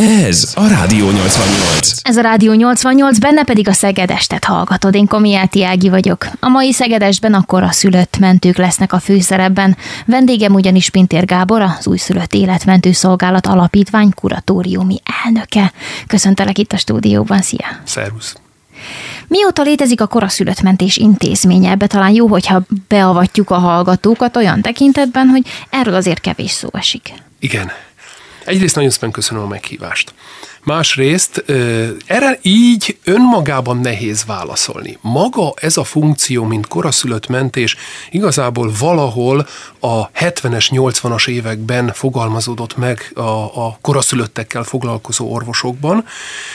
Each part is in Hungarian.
Ez a Rádió 88. Ez a Rádió 88, benne pedig a Szegedestet hallgatod. Én Komiáti Ági vagyok. A mai Szegedestben a koraszülött mentők lesznek a főszerepben. Vendégem ugyanis Pintér Gábor, az Újszülött Életmentő Szolgálat Alapítvány kuratóriumi elnöke. Köszöntelek itt a stúdióban, szia! Szervusz! Mióta létezik a koraszülött mentés intézménye? Ebbe talán jó, hogyha beavatjuk a hallgatókat olyan tekintetben, hogy erről azért kevés szó esik. Igen. Egyrészt nagyon szépen köszönöm a meghívást. Másrészt erre így önmagában nehéz válaszolni. Maga ez a funkció, mint koraszülött mentés, igazából valahol a 70-es, 80-as években fogalmazódott meg a koraszülöttekkel foglalkozó orvosokban,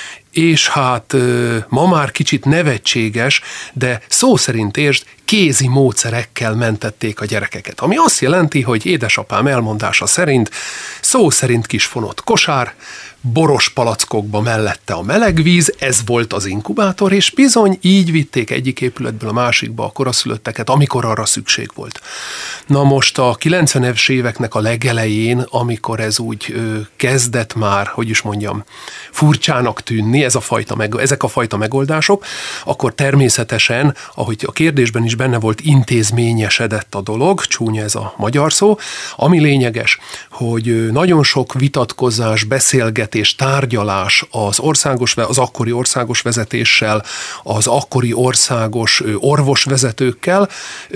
és hát ma már kicsit nevetséges, de szó szerint értsd, kézi módszerekkel mentették a gyerekeket. Ami azt jelenti, hogy édesapám elmondása szerint szó szerint kisfonott kosár, boros palackokba mellette a meleg víz, ez volt az inkubátor, és bizony így vitték egyik épületből a másikba a koraszülötteket, amikor arra szükség volt. Na most a 90-es éveknek a legelején, amikor ez úgy kezdett már, hogy is mondjam, furcsának tűnni, ezek a fajta megoldások, akkor természetesen, ahogy a kérdésben is benne volt, intézményesedett a dolog, csúnya ez a magyar szó, ami lényeges, hogy nagyon sok vitatkozás, beszélgetés, tárgyalás az akkori országos vezetéssel, az akkori országos orvosvezetőkkel,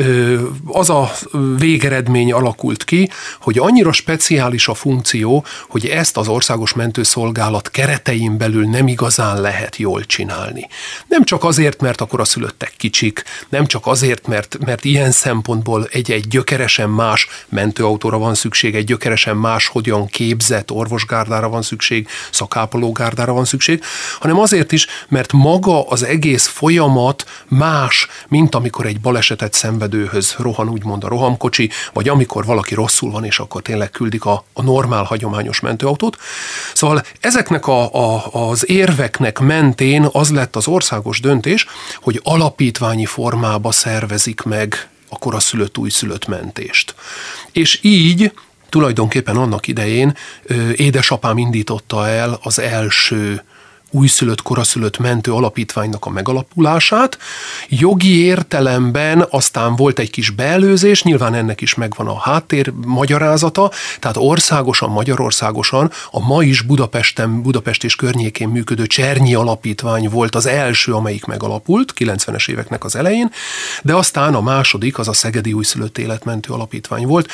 az a végeredmény alakult ki, hogy annyira speciális a funkció, hogy ezt az országos mentőszolgálat keretein belül nem igazán lehet jól csinálni. Nem csak azért, mert akkor a szülöttek kicsik, nem csak azért, mert ilyen szempontból egy gyökeresen más mentőautóra van szükség, egy gyökeresen más, hogyan képzett orvosgárdára van szükség, szakápológárdára van szükség, hanem azért is, mert maga az egész folyamat más, mint amikor egy balesetet szenvedőhöz rohan úgymond a rohamkocsi, vagy amikor valaki rosszul van, és akkor tényleg küldik a normál, hagyományos mentőautót. Szóval ezeknek az érveknek mentén az lett az országos döntés, hogy alapítványi formába szervezik meg a koraszülött, újszülött mentést. És így tulajdonképpen annak idején édesapám indította el az első újszülött, koraszülött mentő alapítványnak a megalapulását. Jogi értelemben aztán volt egy kis beelőzés, nyilván ennek is megvan a háttér magyarázata, tehát Magyarországosan a ma is Budapest és környékén működő Csernyi Alapítvány volt az első, amelyik megalapult, 90-es éveknek az elején, de aztán a második, az a Szegedi Újszülött Életmentő Alapítvány volt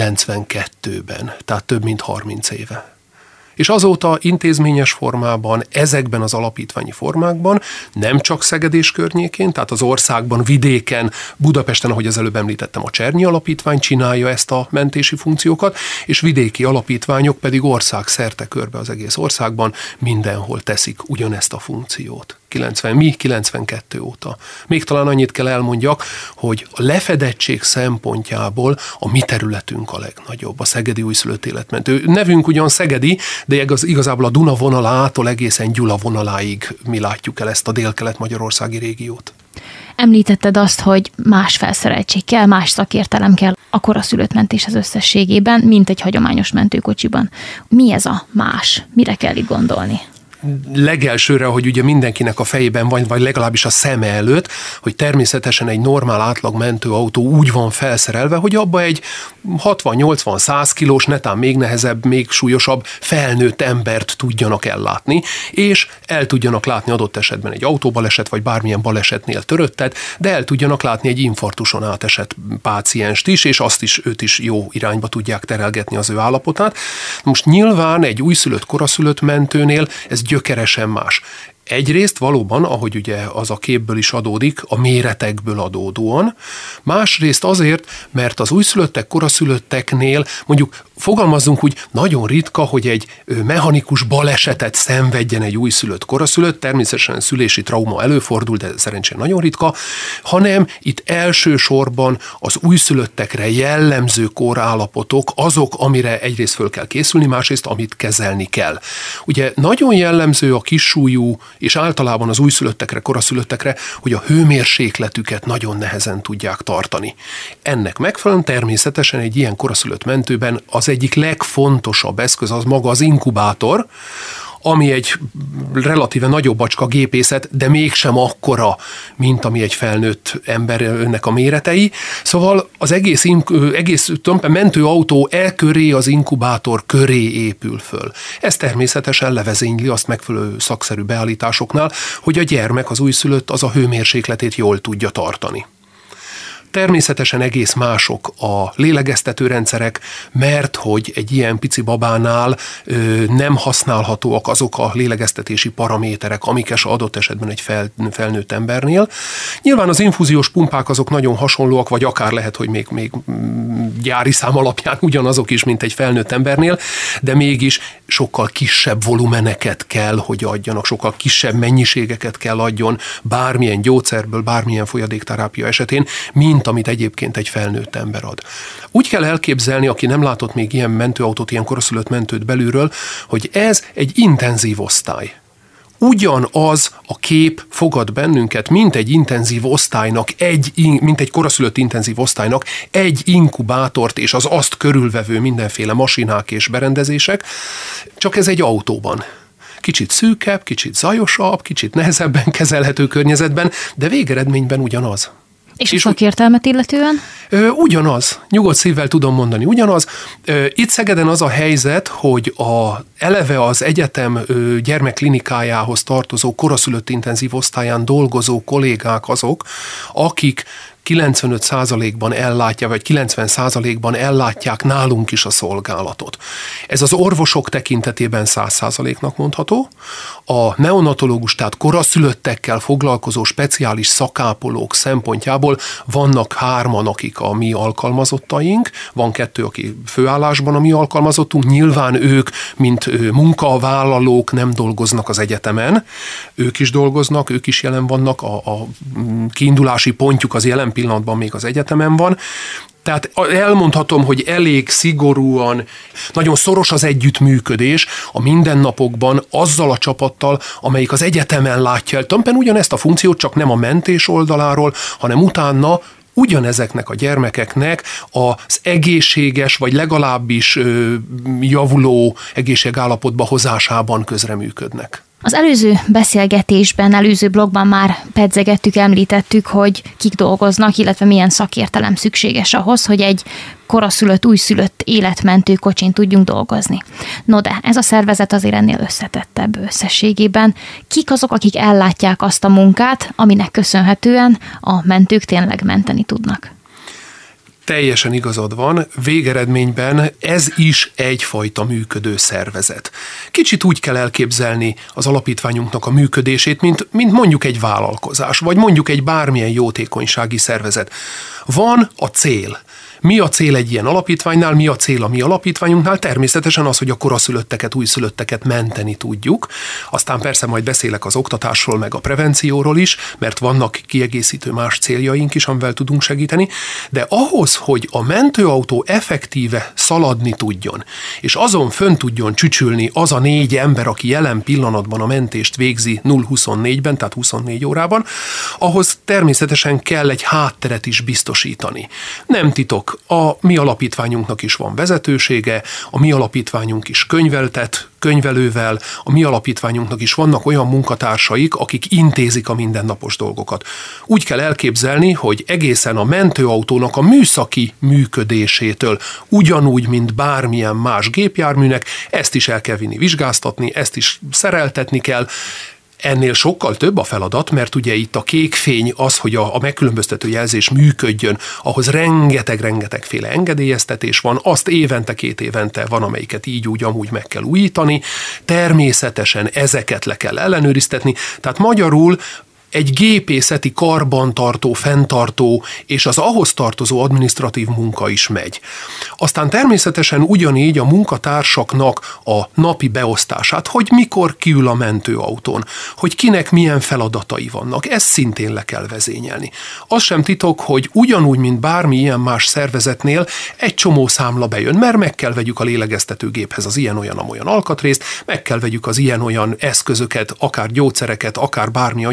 92-ben, tehát több mint 30 éve. És azóta intézményes formában, ezekben az alapítványi formákban, nem csak Szeged és környékén, tehát az országban, vidéken, Budapesten, ahogy az előbb említettem, a Csernyi Alapítvány csinálja ezt a mentési funkciókat, és vidéki alapítványok pedig országszerte körbe az egész országban mindenhol teszik ugyanezt a funkciót. 92 óta. Még talán annyit kell elmondjak, hogy a lefedettség szempontjából a mi területünk a legnagyobb, a Szegedi Újszülött Életmentő. Nevünk ugyan szegedi, de igazából a Duna vonalától egészen Gyula vonaláig mi látjuk el ezt a délkelet-magyarországi régiót. Említetted azt, hogy más felszereltség kell, más szakértelem kell a koraszülött mentéshez összességében, mint egy hagyományos mentőkocsiban. Mi ez a más? Mire kell itt gondolni? Legelsőre, hogy ugye mindenkinek a fejében van, vagy legalábbis a szeme előtt, hogy természetesen egy normál átlag mentőautó úgy van felszerelve, hogy abba egy 60-80-100 kilós, netán még nehezebb, még súlyosabb felnőtt embert tudjanak ellátni, és el tudjanak látni adott esetben egy autóbaleset, vagy bármilyen balesetnél töröttet, de el tudjanak látni egy infarktuson átesett pácienst is, és őt is jó irányba tudják terelgetni az ő állapotát. Most nyilván egy újszülött, koraszülött mentőnél ez gyökeresen más. Egyrészt valóban, ahogy ugye az a képből is adódik, a méretekből adódóan, másrészt azért, mert az újszülöttek, koraszülötteknél mondjuk fogalmazzunk úgy, nagyon ritka, hogy egy mechanikus balesetet szenvedjen egy újszülött, koraszülött, természetesen szülési trauma előfordul, de szerencsén nagyon ritka, hanem itt elsősorban az újszülöttekre jellemző korállapotok azok, amire egyrészt föl kell készülni, másrészt amit kezelni kell. Ugye nagyon jellemző a kissúlyú és általában az újszülöttekre, koraszülöttekre, hogy a hőmérsékletüket nagyon nehezen tudják tartani. Ennek megfelelően természetesen egy ilyen koraszülött mentőben az egyik legfontosabb eszköz az maga az inkubátor, ami egy relatíve nagyobb acska gépészet, de mégsem akkora, mint ami egy felnőtt embernek a méretei. Szóval az egész mentőautó köré, az inkubátor köré épül föl. Ez természetesen levezényli azt megfelelő szakszerű beállításoknál, hogy a gyermek, az újszülött az a hőmérsékletét jól tudja tartani. Természetesen egész mások a lélegeztetőrendszerek, mert hogy egy ilyen pici babánál nem használhatóak azok a lélegeztetési paraméterek, amik adott esetben egy felnőtt embernél. Nyilván az infúziós pumpák azok nagyon hasonlóak, vagy akár lehet, hogy még gyári szám alapján ugyanazok is, mint egy felnőtt embernél, de mégis sokkal kisebb volumeneket kell, hogy adjanak, sokkal kisebb mennyiségeket kell adjon bármilyen gyógyszerből, bármilyen folyadékterápia esetén, mint amit egyébként egy felnőtt ember ad. Úgy kell elképzelni, aki nem látott még ilyen mentőautót, ilyen koraszülött mentőt belülről, hogy ez egy intenzív osztály. Ugyanaz a kép fogad bennünket, mint egy intenzív osztálynak, mint egy koraszülött intenzív osztálynak egy inkubátort és az azt körülvevő mindenféle masinák és berendezések, csak ez egy autóban. Kicsit szűkebb, kicsit zajosabb, kicsit nehezebben kezelhető környezetben, de végeredményben ugyanaz. És a szakértelmet illetően? Ugyanaz. Nyugodt szívvel tudom mondani, ugyanaz. Itt Szegeden az a helyzet, hogy eleve az egyetem gyermekklinikájához tartozó koraszülött intenzív osztályán dolgozó kollégák azok, akik 95%-ban ellátják, vagy 90%-ban ellátják nálunk is a szolgálatot. Ez az orvosok tekintetében 100%-nak mondható. A neonatológus, tehát koraszülöttekkel foglalkozó speciális szakápolók szempontjából vannak 3, akik a mi alkalmazottaink, van 2, aki főállásban a mi alkalmazottunk, nyilván ők, mint munkavállalók nem dolgoznak az egyetemen, ők is dolgoznak, ők is jelen vannak, a kiindulási pontjuk az jelen pillanatban még az egyetemen van. Tehát elmondhatom, hogy elég szigorúan, nagyon szoros az együttműködés a mindennapokban azzal a csapattal, amelyik az egyetemen látja el tulajdonképpen ugyanezt a funkciót, csak nem a mentés oldaláról, hanem utána ugyanezeknek a gyermekeknek az egészséges, vagy legalábbis javuló egészségállapotba hozásában közreműködnek. Az előző beszélgetésben, előző blogban már pedzegettük, említettük, hogy kik dolgoznak, illetve milyen szakértelem szükséges ahhoz, hogy egy koraszülött, újszülött életmentő kocsin tudjunk dolgozni. No de ez a szervezet azért ennél összetettebb összességében. Kik azok, akik ellátják azt a munkát, aminek köszönhetően a mentők tényleg menteni tudnak? Teljesen igazad van, végeredményben ez is egyfajta működő szervezet. Kicsit úgy kell elképzelni az alapítványunknak a működését, mint mondjuk egy vállalkozás, vagy mondjuk egy bármilyen jótékonysági szervezet. Van a cél. Mi a cél egy ilyen alapítványnál, mi a cél a mi alapítványunknál? Természetesen az, hogy a koraszülötteket, újszülötteket menteni tudjuk. Aztán persze majd beszélek az oktatásról, meg a prevencióról is, mert vannak kiegészítő más céljaink is, amivel tudunk segíteni, de ahhoz, hogy a mentőautó effektíve szaladni tudjon, és azon fönn tudjon csücsülni az a 4 ember, aki jelen pillanatban a mentést végzi 0-24-ben, tehát 24 órában, ahhoz természetesen kell egy hátteret is biztosítani. Nem titok, a mi alapítványunknak is van vezetősége, a mi alapítványunk is könyvelővel, a mi alapítványunknak is vannak olyan munkatársaik, akik intézik a mindennapos dolgokat. Úgy kell elképzelni, hogy egészen a mentőautónak a műszaki működésétől, ugyanúgy, mint bármilyen más gépjárműnek, ezt is el kell vinni vizsgáztatni, ezt is szereltetni kell. Ennél sokkal több a feladat, mert ugye itt a kék fény az, hogy a megkülönböztető jelzés működjön, ahhoz rengeteg-rengetegféle engedélyeztetés van, azt évente, 2 évente van, amelyiket így úgy amúgy meg kell újítani, természetesen ezeket le kell ellenőriztetni, tehát magyarul egy gépészeti karbantartó, fenntartó és az ahhoz tartozó adminisztratív munka is megy. Aztán természetesen ugyanígy a munkatársaknak a napi beosztását, hogy mikor kiül a mentőautón, hogy kinek milyen feladatai vannak, ezt szintén le kell vezényelni. Az sem titok, hogy ugyanúgy, mint bármi ilyen más szervezetnél egy csomó számla bejön, mert meg kell vegyük a lélegeztetőgéphez az ilyen-olyan-amolyan alkatrészt, meg kell vegyük az ilyen-olyan eszközöket, akár gyógyszereket, akár bármi anyagot,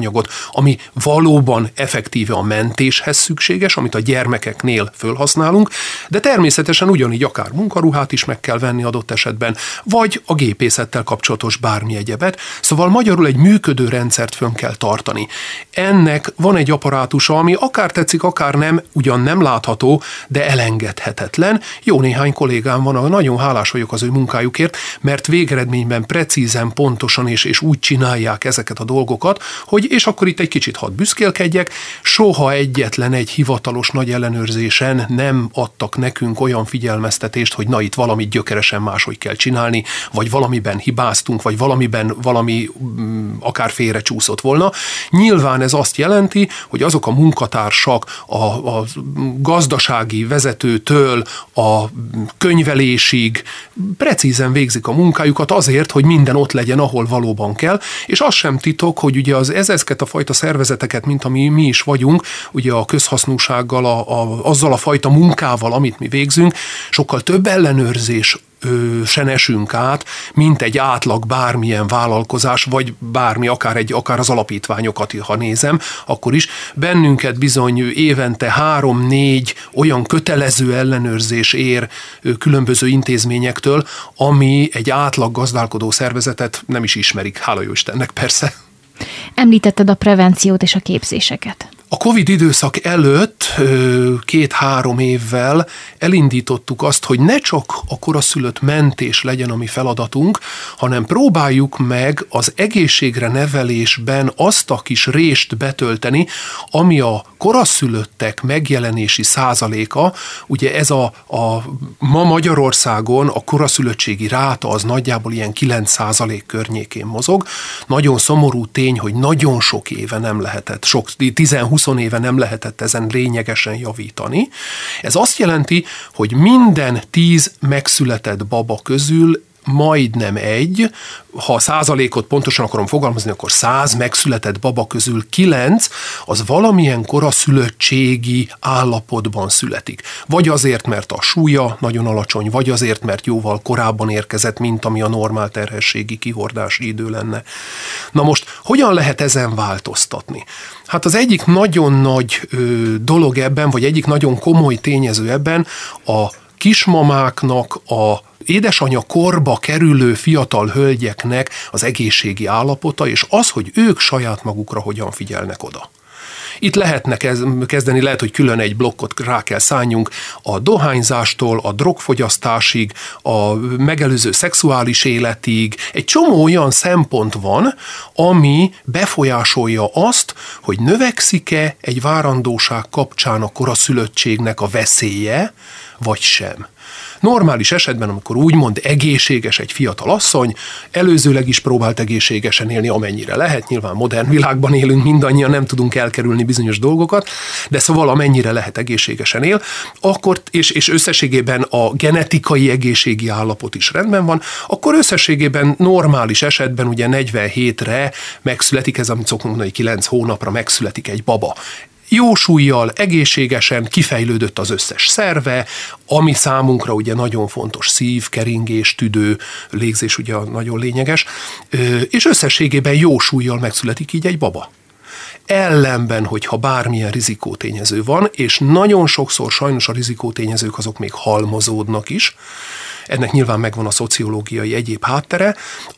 ami valóban effektíve a mentéshez szükséges, amit a gyermekeknél fölhasználunk, de természetesen ugyanígy akár munkaruhát is meg kell venni adott esetben, vagy a gépészettel kapcsolatos bármi egyebet. Szóval magyarul egy működő rendszert fönn kell tartani. Ennek van egy apparátusa, ami akár tetszik, akár nem, ugyan nem látható, de elengedhetetlen. Jó néhány kollégám van, nagyon hálás vagyok az ő munkájukért, mert végeredményben precízen, pontosan és úgy csinálják ezeket a dolgokat, hogy, és akkor itt egy kicsit hadd büszkélkedjek, soha egyetlen egy hivatalos nagy ellenőrzésen nem adtak nekünk olyan figyelmeztetést, hogy na itt valamit gyökeresen máshogy kell csinálni, vagy valamiben hibáztunk, vagy valami akár félrecsúszott volna. Nyilván ez azt jelenti, hogy azok a munkatársak a gazdasági vezetőtől a könyvelésig precízen végzik a munkájukat azért, hogy minden ott legyen, ahol valóban kell, és az sem titok, hogy ugye ezeket a fajta szervezeteket, mint ami mi is vagyunk, ugye a közhasznúsággal, azzal a fajta munkával, amit mi végzünk, sokkal több ellenőrzés sen esünk át, mint egy átlag bármilyen vállalkozás, vagy bármi, akár az alapítványokat, ha nézem, akkor is bennünket bizony évente 3-4 olyan kötelező ellenőrzés ér különböző intézményektől, ami egy átlag gazdálkodó szervezetet nem is ismerik, hála jó Istennek persze. Említetted a prevenciót és a képzéseket. A Covid időszak előtt 2-3 évvel elindítottuk azt, hogy ne csak a koraszülött mentés legyen a mi feladatunk, hanem próbáljuk meg az egészségre nevelésben azt a kis rést betölteni, ami a koraszülöttek megjelenési százaléka. Ugye ez ma Magyarországon a koraszülöttségi ráta az nagyjából ilyen 9% környékén mozog. Nagyon szomorú tény, hogy nagyon sok éve nem lehetett, 10-20 éve nem lehetett ezen lényegesen javítani. Ez azt jelenti, hogy minden 10 megszületett baba közül majdnem egy, ha a százalékot pontosan akarom fogalmazni, akkor 100 megszületett baba közül 9, az valamilyen koraszülöttségi állapotban születik. Vagy azért, mert a súlya nagyon alacsony, vagy azért, mert jóval korábban érkezett, mint ami a normál terhességi kihordási idő lenne. Na most, hogyan lehet ezen változtatni? Hát az egyik nagyon nagy dolog ebben, vagy egyik nagyon komoly tényező ebben a kismamáknak, a édesanyja korba kerülő fiatal hölgyeknek az egészségi állapota, és az, hogy ők saját magukra hogyan figyelnek oda. Itt lehetne kezdeni, lehet, hogy külön egy blokkot rá kell szálljunk a dohányzástól, a drogfogyasztásig, a megelőző szexuális életig. Egy csomó olyan szempont van, ami befolyásolja azt, hogy növekszik-e egy várandóság kapcsán a koraszülöttségnek a veszélye, vagy sem. Normális esetben, amikor úgymond egészséges egy fiatal asszony, előzőleg is próbált egészségesen élni, amennyire lehet, nyilván modern világban élünk, mindannyian nem tudunk elkerülni bizonyos dolgokat, de szóval amennyire lehet egészségesen él, akkor, és összességében a genetikai egészségi állapot is rendben van, akkor összességében normális esetben ugye 47-re megszületik, ez amit szokunk mondani, 9 hónapra megszületik egy baba. Jó súllyal, egészségesen kifejlődött az összes szerve, ami számunkra ugye nagyon fontos, szív, keringés, tüdő, légzés ugye nagyon lényeges, és összességében jó súllyal megszületik így egy baba. Ellenben, hogyha bármilyen rizikótényező van, és nagyon sokszor sajnos a rizikótényezők azok még halmozódnak is, ennek nyilván megvan a szociológiai egyéb háttere,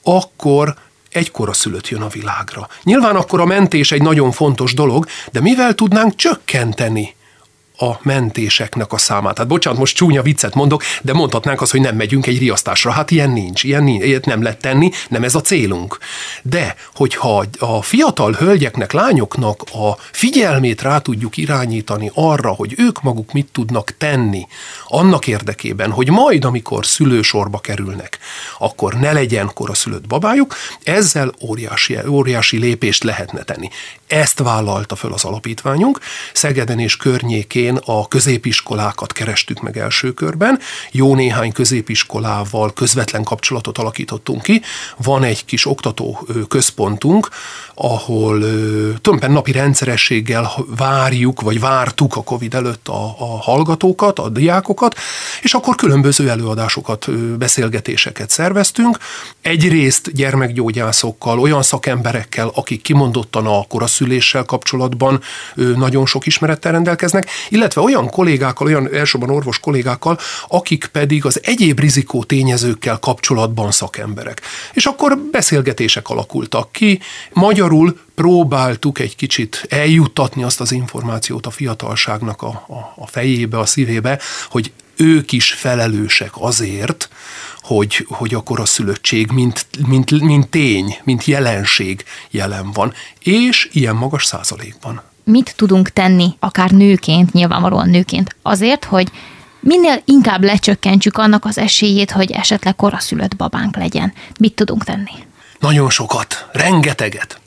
akkor egy koraszülött jön a világra. Nyilván akkor a mentés egy nagyon fontos dolog, de mivel tudnánk csökkenteni a mentéseknek a számát? Hát bocsánat, most csúnya viccet mondok, de mondhatnánk azt, hogy nem megyünk egy riasztásra. Hát ilyen nincs, ilyet nem lehet tenni, nem ez a célunk. De, hogyha a fiatal hölgyeknek, lányoknak a figyelmét rá tudjuk irányítani arra, hogy ők maguk mit tudnak tenni annak érdekében, hogy majd, amikor szülősorba kerülnek, akkor ne legyen koraszülött babájuk, ezzel óriási lépést lehetne tenni. Ezt vállalta föl az alapítványunk. Szegeden és környékén a középiskolákat kerestük meg első körben. Jó néhány középiskolával közvetlen kapcsolatot alakítottunk ki. Van egy kis oktató központunk, ahol tulajdonképpen napi rendszerességgel várjuk, vagy vártuk a Covid előtt a hallgatókat, a diákokat, és akkor különböző előadásokat, beszélgetéseket szerveztünk. Egyrészt gyermekgyógyászokkal, olyan szakemberekkel, akik kimondottan a koraszüléssel kapcsolatban nagyon sok ismerettel rendelkeznek, illetve olyan kollégákkal, olyan elsősorban orvos kollégákkal, akik pedig az egyéb rizikó tényezőkkel kapcsolatban szakemberek. És akkor beszélgetések alakultak ki, magyarul próbáltuk egy kicsit eljuttatni azt az információt a fiatalságnak a fejébe, a szívébe, hogy ők is felelősek azért, hogy a koraszülöttség mint tény, mint jelenség jelen van, és ilyen magas százalékban. Mit tudunk tenni, akár nőként, nyilvánvalóan nőként, azért, hogy minél inkább lecsökkentsük annak az esélyét, hogy esetleg koraszülött babánk legyen? Mit tudunk tenni? Nagyon sokat, rengeteget.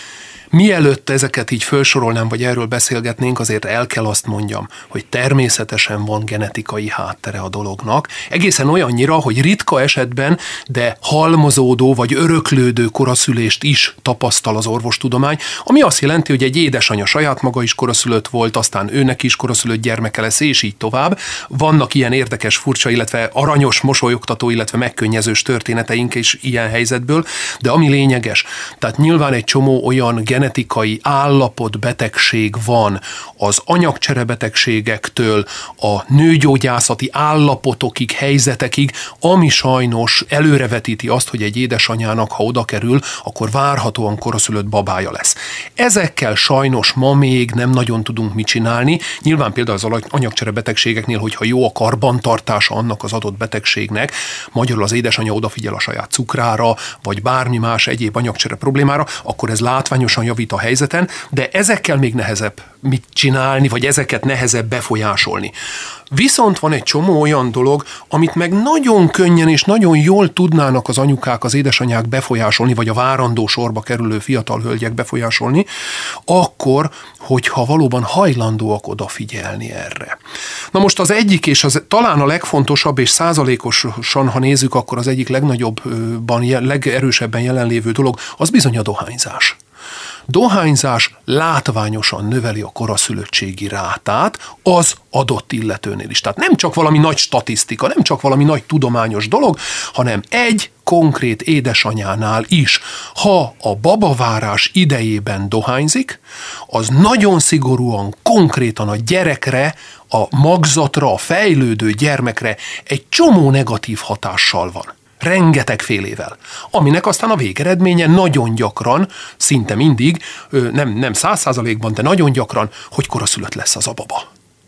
Mielőtt ezeket így felsorolnám, vagy erről beszélgetnénk, azért el kell azt mondjam, hogy természetesen van genetikai háttere a dolognak. Egészen olyannyira, hogy ritka esetben, de halmozódó vagy öröklődő koraszülést is tapasztal az orvostudomány, ami azt jelenti, hogy egy édesanyja saját maga is koraszülött volt, aztán őnek is koraszülött gyermeke lesz, és így tovább. Vannak ilyen érdekes, furcsa, illetve aranyos, mosolyogtató, illetve megkönnyezős történeteink is ilyen helyzetből, de ami lényeges, tehát nyilván egy csomó olyan genetikai állapot, betegség van az anyagcserebetegségektől a nőgyógyászati állapotokig, helyzetekig, ami sajnos előrevetíti azt, hogy egy édesanyának, ha oda kerül, akkor várhatóan koraszülött babája lesz. Ezekkel sajnos ma még nem nagyon tudunk mit csinálni. Nyilván például az anyagcserebetegségeknél, hogyha jó a karbantartása annak az adott betegségnek, magyarul az édesanyja odafigyel a saját cukrára, vagy bármi más egyéb anyagcsere problémára, akkor ez látványosan javít a helyzeten, de ezekkel még nehezebb mit csinálni, vagy ezeket nehezebb befolyásolni. Viszont van egy csomó olyan dolog, amit meg nagyon könnyen és nagyon jól tudnának az anyukák, az édesanyák befolyásolni, vagy a várandó sorba kerülő fiatal hölgyek befolyásolni, akkor, hogyha valóban hajlandóak odafigyelni erre. Na most az egyik, és az talán a legfontosabb, és százalékosan, ha nézzük, akkor az egyik legnagyobban, legerősebben jelenlévő dolog, az bizony a dohányzás. Dohányzás látványosan növeli a koraszülöttségi rátát az adott illetőnél is. Tehát nem csak valami nagy statisztika, nem csak valami nagy tudományos dolog, hanem egy konkrét édesanyánál is. Ha a babavárás idejében dohányzik, az nagyon szigorúan, konkrétan a gyerekre, a magzatra, a fejlődő gyermekre egy csomó negatív hatással van. Rengetegfélével. Aminek aztán a végeredménye nagyon gyakran, szinte mindig, nem 100%-ban, de nagyon gyakran, hogy koraszülött lesz az a baba.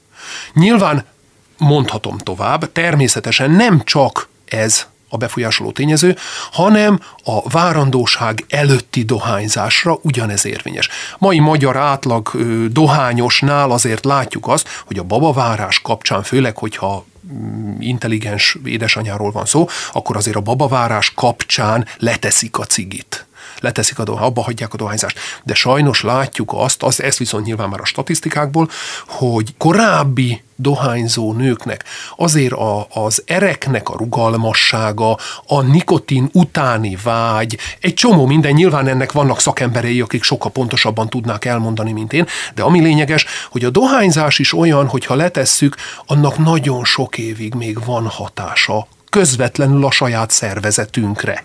Nyilván mondhatom tovább, természetesen nem csak ez a befolyásoló tényező, hanem a várandóság előtti dohányzásra ugyanez érvényes. Mai magyar átlag dohányosnál azért látjuk azt, hogy a babavárás kapcsán, főleg, hogyha intelligens édesanyáról van szó, akkor azért a babavárás kapcsán leteszik a cigit. Abba hagyják a dohányzást. De sajnos látjuk ezt viszont nyilván már a statisztikákból, hogy korábbi dohányzó nőknek azért az ereknek a rugalmassága, a nikotin utáni vágy, egy csomó minden, nyilván ennek vannak szakemberei, akik sokkal pontosabban tudnák elmondani, mint én, de ami lényeges, hogy a dohányzás is olyan, hogyha letesszük, annak nagyon sok évig még van hatása közvetlenül a saját szervezetünkre.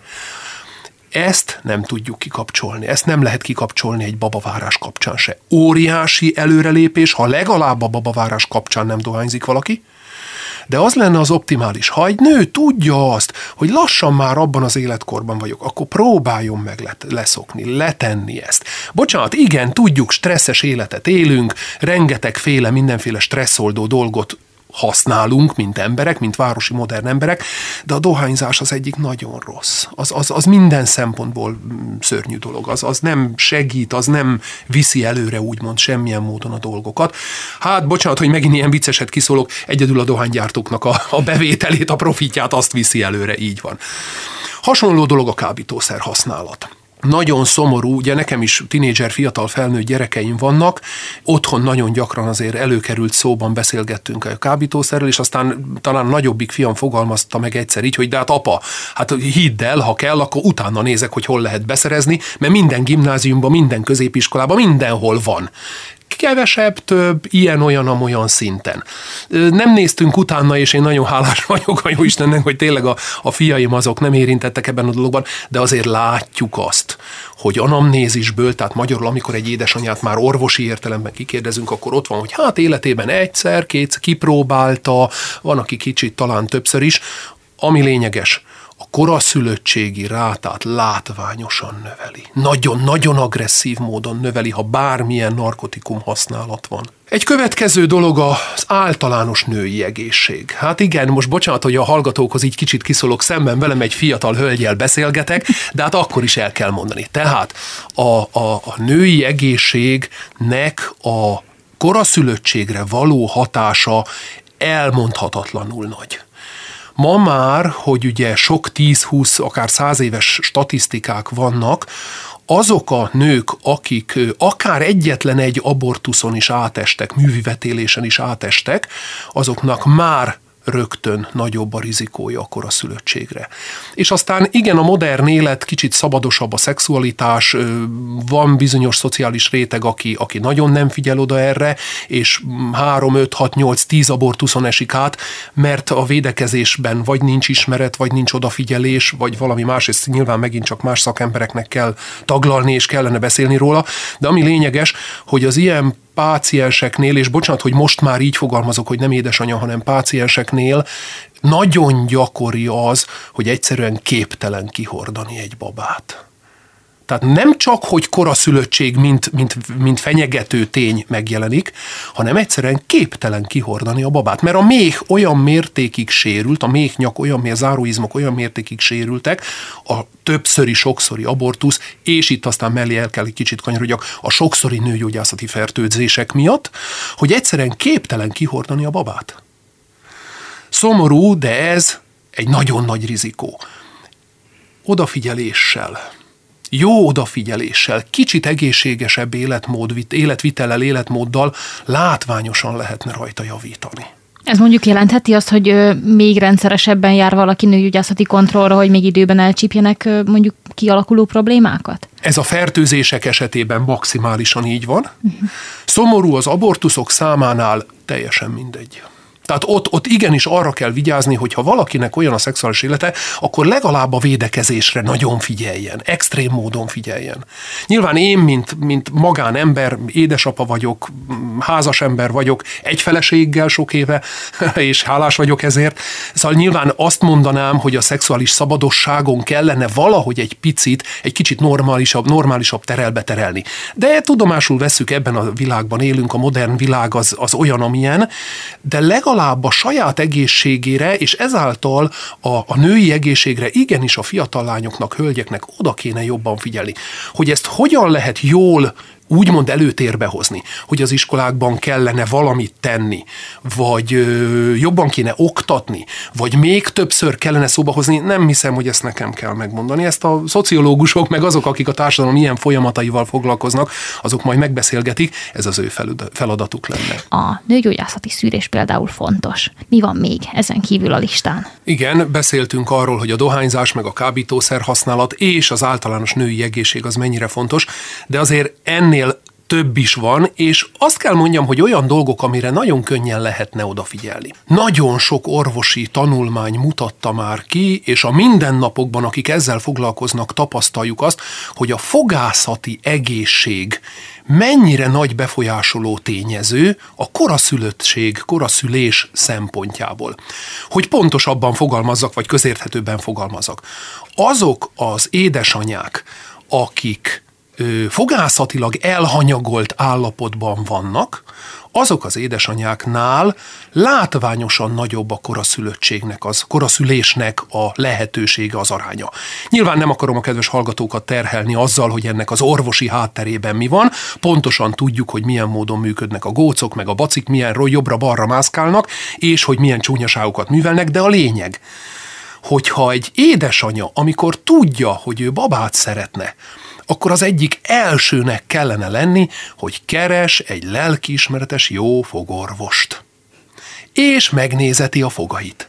Ezt nem tudjuk kikapcsolni, ezt nem lehet kikapcsolni egy babavárás kapcsán se. Óriási előrelépés, ha legalább a babavárás kapcsán nem dohányzik valaki, de az lenne az optimális. Ha egy nő tudja azt, hogy lassan már abban az életkorban vagyok, akkor próbáljon meg leszokni, letenni ezt. Bocsánat, igen, tudjuk, stresszes életet élünk, rengetegféle, mindenféle stresszoldó dolgot használunk, mint emberek, mint városi modern emberek, de a dohányzás az egyik nagyon rossz. Az minden szempontból szörnyű dolog. Az nem segít, az nem viszi előre úgymond semmilyen módon a dolgokat. Hát bocsánat, hogy megint ilyen vicceset kiszólok, egyedül a dohánygyártóknak a bevételét, a profitját azt viszi előre, így van. Hasonló dolog a kábítószer használat. nagyon szomorú, ugye nekem is tinédzser, fiatal felnőtt gyerekeim vannak, otthon nagyon gyakran azért előkerült szóban beszélgettünk a kábítószerről, és aztán talán nagyobbik fiam fogalmazta meg egyszer így, hogy de hát apa, hát hidd el, ha kell, akkor utána nézek, hogy hol lehet beszerezni, mert minden gimnáziumban, minden középiskolában, mindenhol van. Kevesebb, több, ilyen-olyan szinten. Nem néztünk utána, és én nagyon hálás vagyok a Jóistennek, hogy tényleg a fiaim azok nem érintettek ebben a dologban, de azért látjuk azt, hogy anamnézisből, tehát magyarul, amikor egy édesanyát már orvosi értelemben kikérdezünk, akkor ott van, hogy hát életében egyszer, kétszer kipróbálta, van, aki kicsit talán többször is, ami lényeges, a koraszülöttségi rátát látványosan növeli. Nagyon-nagyon agresszív módon növeli, ha bármilyen narkotikum használat van. Egy következő dolog az általános női egészség. Hát igen, most bocsánat, hogy a hallgatókhoz így kicsit kiszólok, szemben velem egy fiatal hölgyel beszélgetek, de hát akkor is el kell mondani. Tehát a női egészségnek a koraszülöttségre való hatása elmondhatatlanul nagy. Ma már, hogy ugye sok 10-20, akár 100 éves statisztikák vannak, azok a nők, akik akár egyetlen egy abortuszon is átestek, művivetélésen is átestek, azoknak már rögtön nagyobb a rizikója a koraszülöttségre. És aztán igen, a modern élet kicsit szabadosabb, a szexualitás, van bizonyos szociális réteg, aki nagyon nem figyel oda erre, és 3, 5, 6, 8, 10 abortuszon esik át, mert a védekezésben vagy nincs ismeret, vagy nincs odafigyelés, vagy valami más, és nyilván megint csak más szakembereknek kell taglalni, és kellene beszélni róla, de ami lényeges, hogy az ilyen pácienseknél, és bocsánat, hogy most már így fogalmazok, hogy nem édesanyja, hanem pácienseknél nagyon gyakori az, hogy egyszerűen képtelen kihordani egy babát. Tehát nem csak, hogy koraszülöttség, mint fenyegető tény megjelenik, hanem egyszerűen képtelen kihordani a babát. Mert a méh olyan mértékig sérült, a méhnyak olyan, záróizmok olyan mértékig sérültek, a többszöri, sokszori abortusz, és itt aztán mellé el kell egy kicsit kanyarodjak, a sokszori nőgyógyászati fertőzések miatt, hogy egyszerűen képtelen kihordani a babát. Szomorú, de ez egy nagyon nagy rizikó. Odafigyeléssel, jó odafigyeléssel, kicsit egészségesebb életmóddal látványosan lehetne rajta javítani. Ez mondjuk jelentheti azt, hogy még rendszeresebben jár valaki nőgyógyászati kontrollra, hogy még időben elcsípjenek mondjuk kialakuló problémákat? Ez a fertőzések esetében maximálisan így van. Szomorú, az abortuszok számánál teljesen mindegy. Tehát ott igenis arra kell vigyázni, hogy ha valakinek olyan a szexuális élete, akkor legalább a védekezésre nagyon figyeljen, extrém módon figyeljen. Nyilván én, mint magánember, édesapa vagyok, házas ember vagyok, egy feleséggel sok éve, és hálás vagyok ezért. Szóval nyilván azt mondanám, hogy a szexuális szabadosságon kellene valahogy egy kicsit normálisabb terelbe terelni. De tudomásul vesszük, ebben a világban élünk, a modern világ az olyan, amilyen, de legalább a saját egészségére, és ezáltal a női egészségre igenis a fiatal lányoknak, hölgyeknek oda kéne jobban figyelni. Hogy ezt hogyan lehet jól úgymond előtérbe hozni, hogy az iskolákban kellene valamit tenni, vagy jobban kéne oktatni, vagy még többször kellene szóba hozni, nem hiszem, hogy ezt nekem kell megmondani. Ezt a szociológusok, meg azok, akik a társadalom ilyen folyamataival foglalkoznak, azok majd megbeszélgetik, ez az ő feladatuk lenne. A nőgyógyászati szűrés például fontos. Mi van még ezen kívül a listán? Igen, beszéltünk arról, hogy a dohányzás, meg a kábítószer használat és az általános női egészség az mennyire fontos, de azért ennél több is van, és azt kell mondjam, hogy olyan dolgok, amire nagyon könnyen lehetne odafigyelni. Nagyon sok orvosi tanulmány mutatta már ki, és a mindennapokban, akik ezzel foglalkoznak, tapasztaljuk azt, hogy a fogászati egészség mennyire nagy befolyásoló tényező a koraszülés szempontjából. Hogy pontosabban fogalmazzak, vagy közérthetőbben fogalmazzak. Azok az édesanyák, akik fogászatilag elhanyagolt állapotban vannak, azok az édesanyáknál látványosan nagyobb a koraszülésnek a lehetősége, az aránya. Nyilván nem akarom a kedves hallgatókat terhelni azzal, hogy ennek az orvosi hátterében mi van, pontosan tudjuk, hogy milyen módon működnek a gócok, meg a bacik, milyen jobbra-balra mászkálnak, és hogy milyen csúnyaságokat művelnek, de a lényeg, hogyha egy édesanya, amikor tudja, hogy ő babát szeretne, akkor az egyik elsőnek kellene lenni, hogy keres egy lelkiismeretes jó fogorvost. És megnézeti a fogait.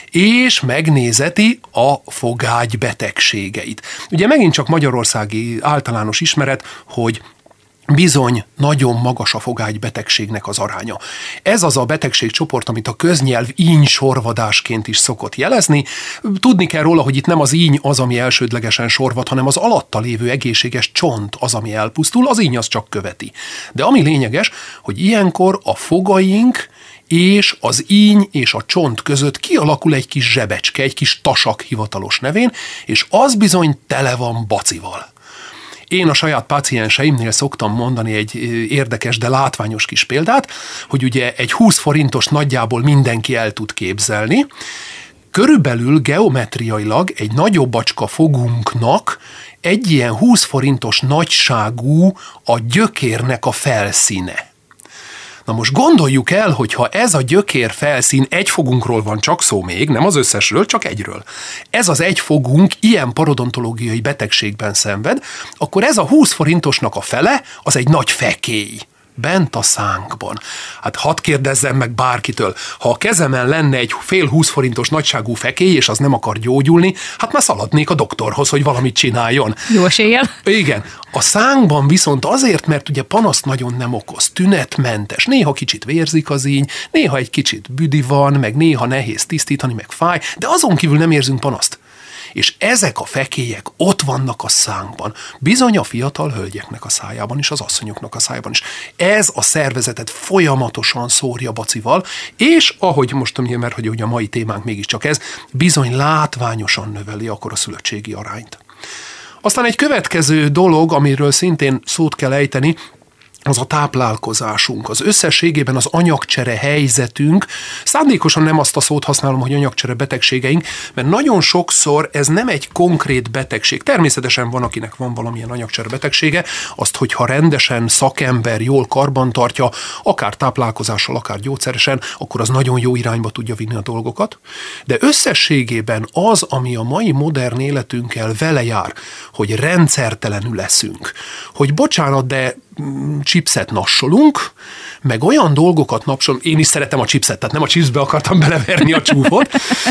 És megnézeti a fogágy betegségeit. Ugye megint csak magyarországi általános ismeret, hogy bizony nagyon magas a fogágybetegségnek az aránya. Ez az a betegségcsoport, amit a köznyelv ínysorvadásként is szokott jelezni. Tudni kell róla, hogy itt nem az íny az, ami elsődlegesen sorvad, hanem az alatta lévő egészséges csont az, ami elpusztul, az íny az csak követi. De ami lényeges, hogy ilyenkor a fogaink és az íny és a csont között kialakul egy kis zsebecske, egy kis tasak hivatalos nevén, és az bizony tele van bacival. Én a saját pácienseimnél szoktam mondani egy érdekes, de látványos kis példát, hogy ugye egy 20 forintos nagyjából mindenki el tud képzelni. Körülbelül geometriailag egy nagyobb acska fogunknak egy ilyen 20 forintos nagyságú a gyökérnek a felszíne. Na most gondoljuk el, hogy ha ez a gyökér felszín, egy fogunkról van csak szó még, nem az összesről, csak egyről. Ez az egy fogunk ilyen parodontológiai betegségben szenved, akkor ez a 20 forintosnak a fele, az egy nagy fekély. Bent a szánkban. Hát hadd kérdezzem meg bárkitől, ha a kezemen lenne egy fél 20 forintos nagyságú fekély, és az nem akar gyógyulni, hát már szaladnék a doktorhoz, hogy valamit csináljon. Jó eséllyel. Igen. A szánkban viszont azért, mert ugye panaszt nagyon nem okoz, tünetmentes, néha kicsit vérzik az íny, néha egy kicsit büdi van, meg néha nehéz tisztítani, meg fáj, de azon kívül nem érzünk panaszt. És ezek a fekélyek ott vannak a szánkban, bizony a fiatal hölgyeknek a szájában is, az asszonyoknak a szájában is. Ez a szervezetet folyamatosan szórja bacival, és ahogy most, mert hogy ugye a mai témánk mégiscsak ez, bizony látványosan növeli a koraszülöttségi arányt. Aztán egy következő dolog, amiről szintén szót kell ejteni, az a táplálkozásunk, az összességében az anyagcsere helyzetünk. Szándékosan nem azt a szót használom, hogy anyagcsere betegségeink, mert nagyon sokszor ez nem egy konkrét betegség. Természetesen van, akinek van valamilyen anyagcsere betegsége, azt, hogyha rendesen szakember jól karbantartja, akár táplálkozással, akár gyógyszeresen, akkor az nagyon jó irányba tudja vinni a dolgokat. De összességében az, ami a mai modern életünkkel vele jár, hogy rendszertelenül leszünk, hogy bocsánat, de chipset nassolunk, meg olyan dolgokat napsolunk, én is szeretem a chipset, tehát nem a chipsbe akartam beleverni a csúfot.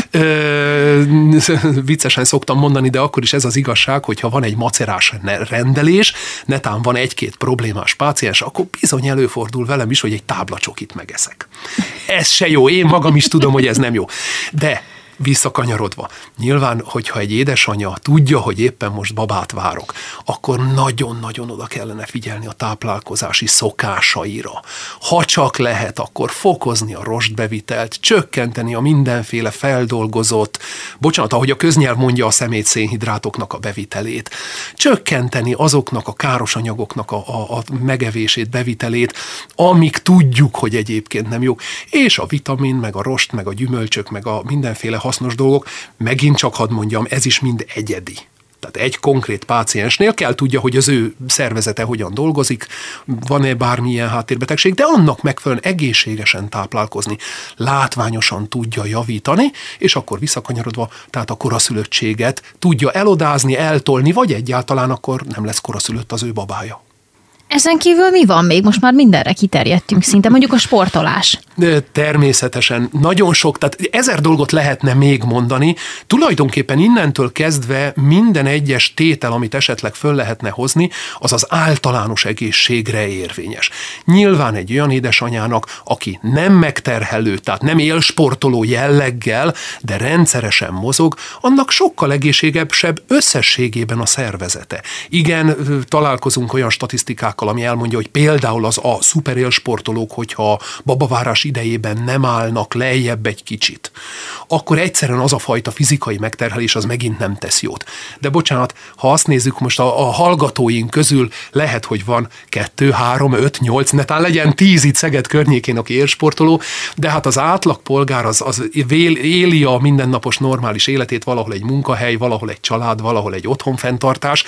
Viccesen szoktam mondani, de akkor is ez az igazság, hogyha van egy macerás rendelés, netán van egy-két problémás páciens, akkor bizony előfordul velem is, hogy egy táblacsokit megeszek. Ez se jó, én magam is tudom, hogy ez nem jó. De visszakanyarodva, nyilván, hogyha egy édesanyja tudja, hogy éppen most babát várok, akkor nagyon-nagyon oda kellene figyelni a táplálkozási szokásaira. Ha csak lehet, akkor fokozni a rostbevitelt, csökkenteni a mindenféle feldolgozott, ahogy a köznyelv mondja, a szemétszénhidrátoknak a bevitelét, csökkenteni azoknak a káros anyagoknak a megevését, bevitelét, amik tudjuk, hogy egyébként nem jók, és a vitamin, meg a rost, meg a gyümölcsök, meg a mindenféle hasznos dolgok, megint csak hadd mondjam, ez is mind egyedi. Tehát egy konkrét páciensnél kell tudja, hogy az ő szervezete hogyan dolgozik, van-e bármilyen háttérbetegség, de annak megfelelően egészségesen táplálkozni, látványosan tudja javítani, és akkor visszakanyarodva, tehát a koraszülöttséget tudja elodázni, eltolni, vagy egyáltalán akkor nem lesz koraszülött az ő babája. Ezen kívül mi van még? Most már mindenre kiterjedtünk szinte, mondjuk a sportolás. De természetesen nagyon sok, tehát 1000 dolgot lehetne még mondani. Tulajdonképpen innentől kezdve minden egyes tétel, amit esetleg föl lehetne hozni, az az általános egészségre érvényes. Nyilván egy olyan édesanyának, aki nem megterhelő, tehát nem élsportoló jelleggel, de rendszeresen mozog, annak sokkal egészségesebb összességében a szervezete. Igen, találkozunk olyan statisztikákkal, ami elmondja, hogy például a szuperélsportolók, hogyha babavárás idejében nem állnak lejjebb egy kicsit, akkor egyszerűen az a fajta fizikai megterhelés az megint nem tesz jót. De bocsánat, ha azt nézzük most a hallgatóink közül, lehet, hogy van 2, 3, 5, 8, netán legyen 10 itt Szeged környékén, aki élsportoló, de hát az átlagpolgár az éli a mindennapos normális életét, valahol egy munkahely, valahol egy család, valahol egy otthonfenntartás,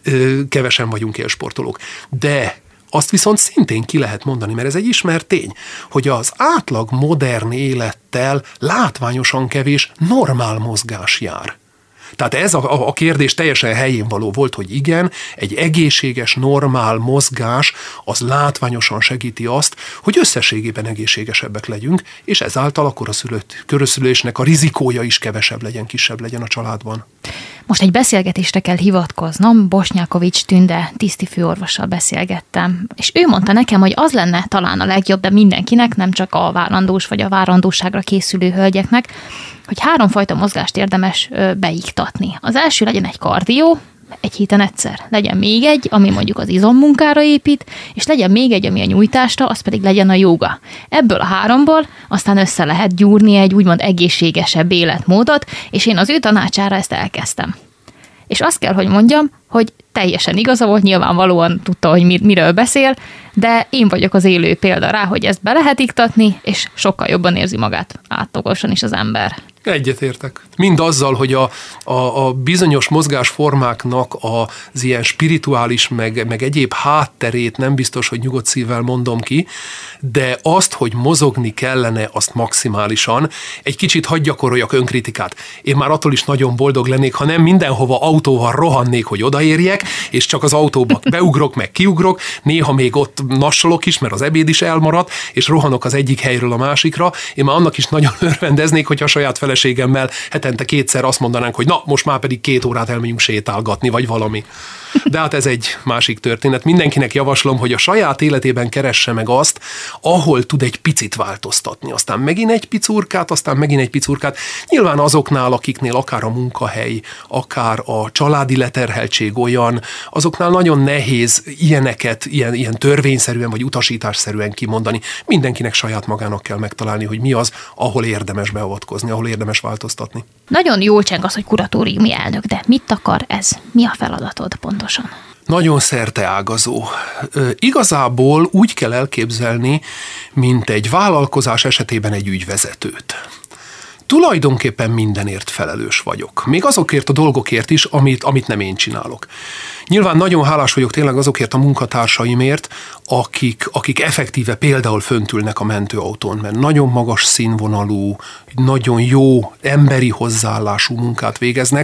kevesen vagyunk élsportolók. De azt viszont szintén ki lehet mondani, mert ez egy ismert tény, hogy az átlag modern élettel látványosan kevés normál mozgás jár. Tehát ez a kérdés teljesen helyén való volt, hogy igen, egy egészséges, normál mozgás az látványosan segíti azt, hogy összességében egészségesebbek legyünk, és ezáltal a koraszülésnek a rizikója is kevesebb legyen, kisebb legyen a családban. Most egy beszélgetésre kell hivatkoznom, Bosnyákovics Tünde tisztifőorvossal beszélgettem, és ő mondta nekem, hogy az lenne talán a legjobb, de mindenkinek, nem csak a várandós vagy a várandóságra készülő hölgyeknek, hogy 3 fajta mozgást érdemes beiktatni. Az első legyen egy kardió, egy héten egyszer. Legyen még egy, ami mondjuk az izommunkára épít, és legyen még egy, ami a nyújtásra, az pedig legyen a jóga. Ebből a 3-ból aztán össze lehet gyúrni egy úgymond egészségesebb életmódot, és én az ő tanácsára ezt elkezdtem. És azt kell, hogy mondjam, hogy teljesen igaza volt, nyilvánvalóan tudta, hogy miről beszél, de én vagyok az élő példa rá, hogy ezt be lehet iktatni, és sokkal jobban érzi magát átlagosan is az ember. Egyetértek. Mind azzal, hogy a bizonyos mozgásformáknak az ilyen spirituális, meg egyéb hátterét nem biztos, hogy nyugodt szívvel mondom ki, de azt, hogy mozogni kellene, azt maximálisan. Egy kicsit hadd gyakoroljak önkritikát. Én már attól is nagyon boldog lennék, ha nem mindenhova autóval rohannék, hogy odaérjek, és csak az autóba beugrok, meg kiugrok, néha még ott nassolok is, mert az ebéd is elmaradt, és rohanok az egyik helyről a másikra. Én már annak is nagyon örvendeznék, hogyha a saját feleségemmel hetente 2-szer azt mondanánk, hogy na, most már pedig 2 órát elmegyünk sétálgatni, vagy valami. De hát ez egy másik történet. Mindenkinek javaslom, hogy a saját életében keresse meg azt, ahol tud egy picit változtatni. Aztán megint egy picurkát, aztán megint egy picurkát. Nyilván azoknál, akiknél akár a munkahely, akár a családi leterheltség olyan, azoknál nagyon nehéz ilyeneket, ilyen törvényszerűen vagy utasításszerűen kimondani. Mindenkinek saját magának kell megtalálni, hogy mi az, ahol érdemes beavatkozni, ahol érdemes változtatni. Nagyon jól cseng az, hogy kuratóriumi elnök, de mit akar ez? Mi a feladatod pontosan? Nagyon szerteágazó. Igazából úgy kell elképzelni, mint egy vállalkozás esetében egy ügyvezetőt. Tulajdonképpen mindenért felelős vagyok. Még azokért a dolgokért is, amit nem én csinálok. Nyilván nagyon hálás vagyok tényleg azokért a munkatársaimért, akik effektíve például föntülnek a mentőautón, mert nagyon magas színvonalú, nagyon jó emberi hozzáállású munkát végeznek,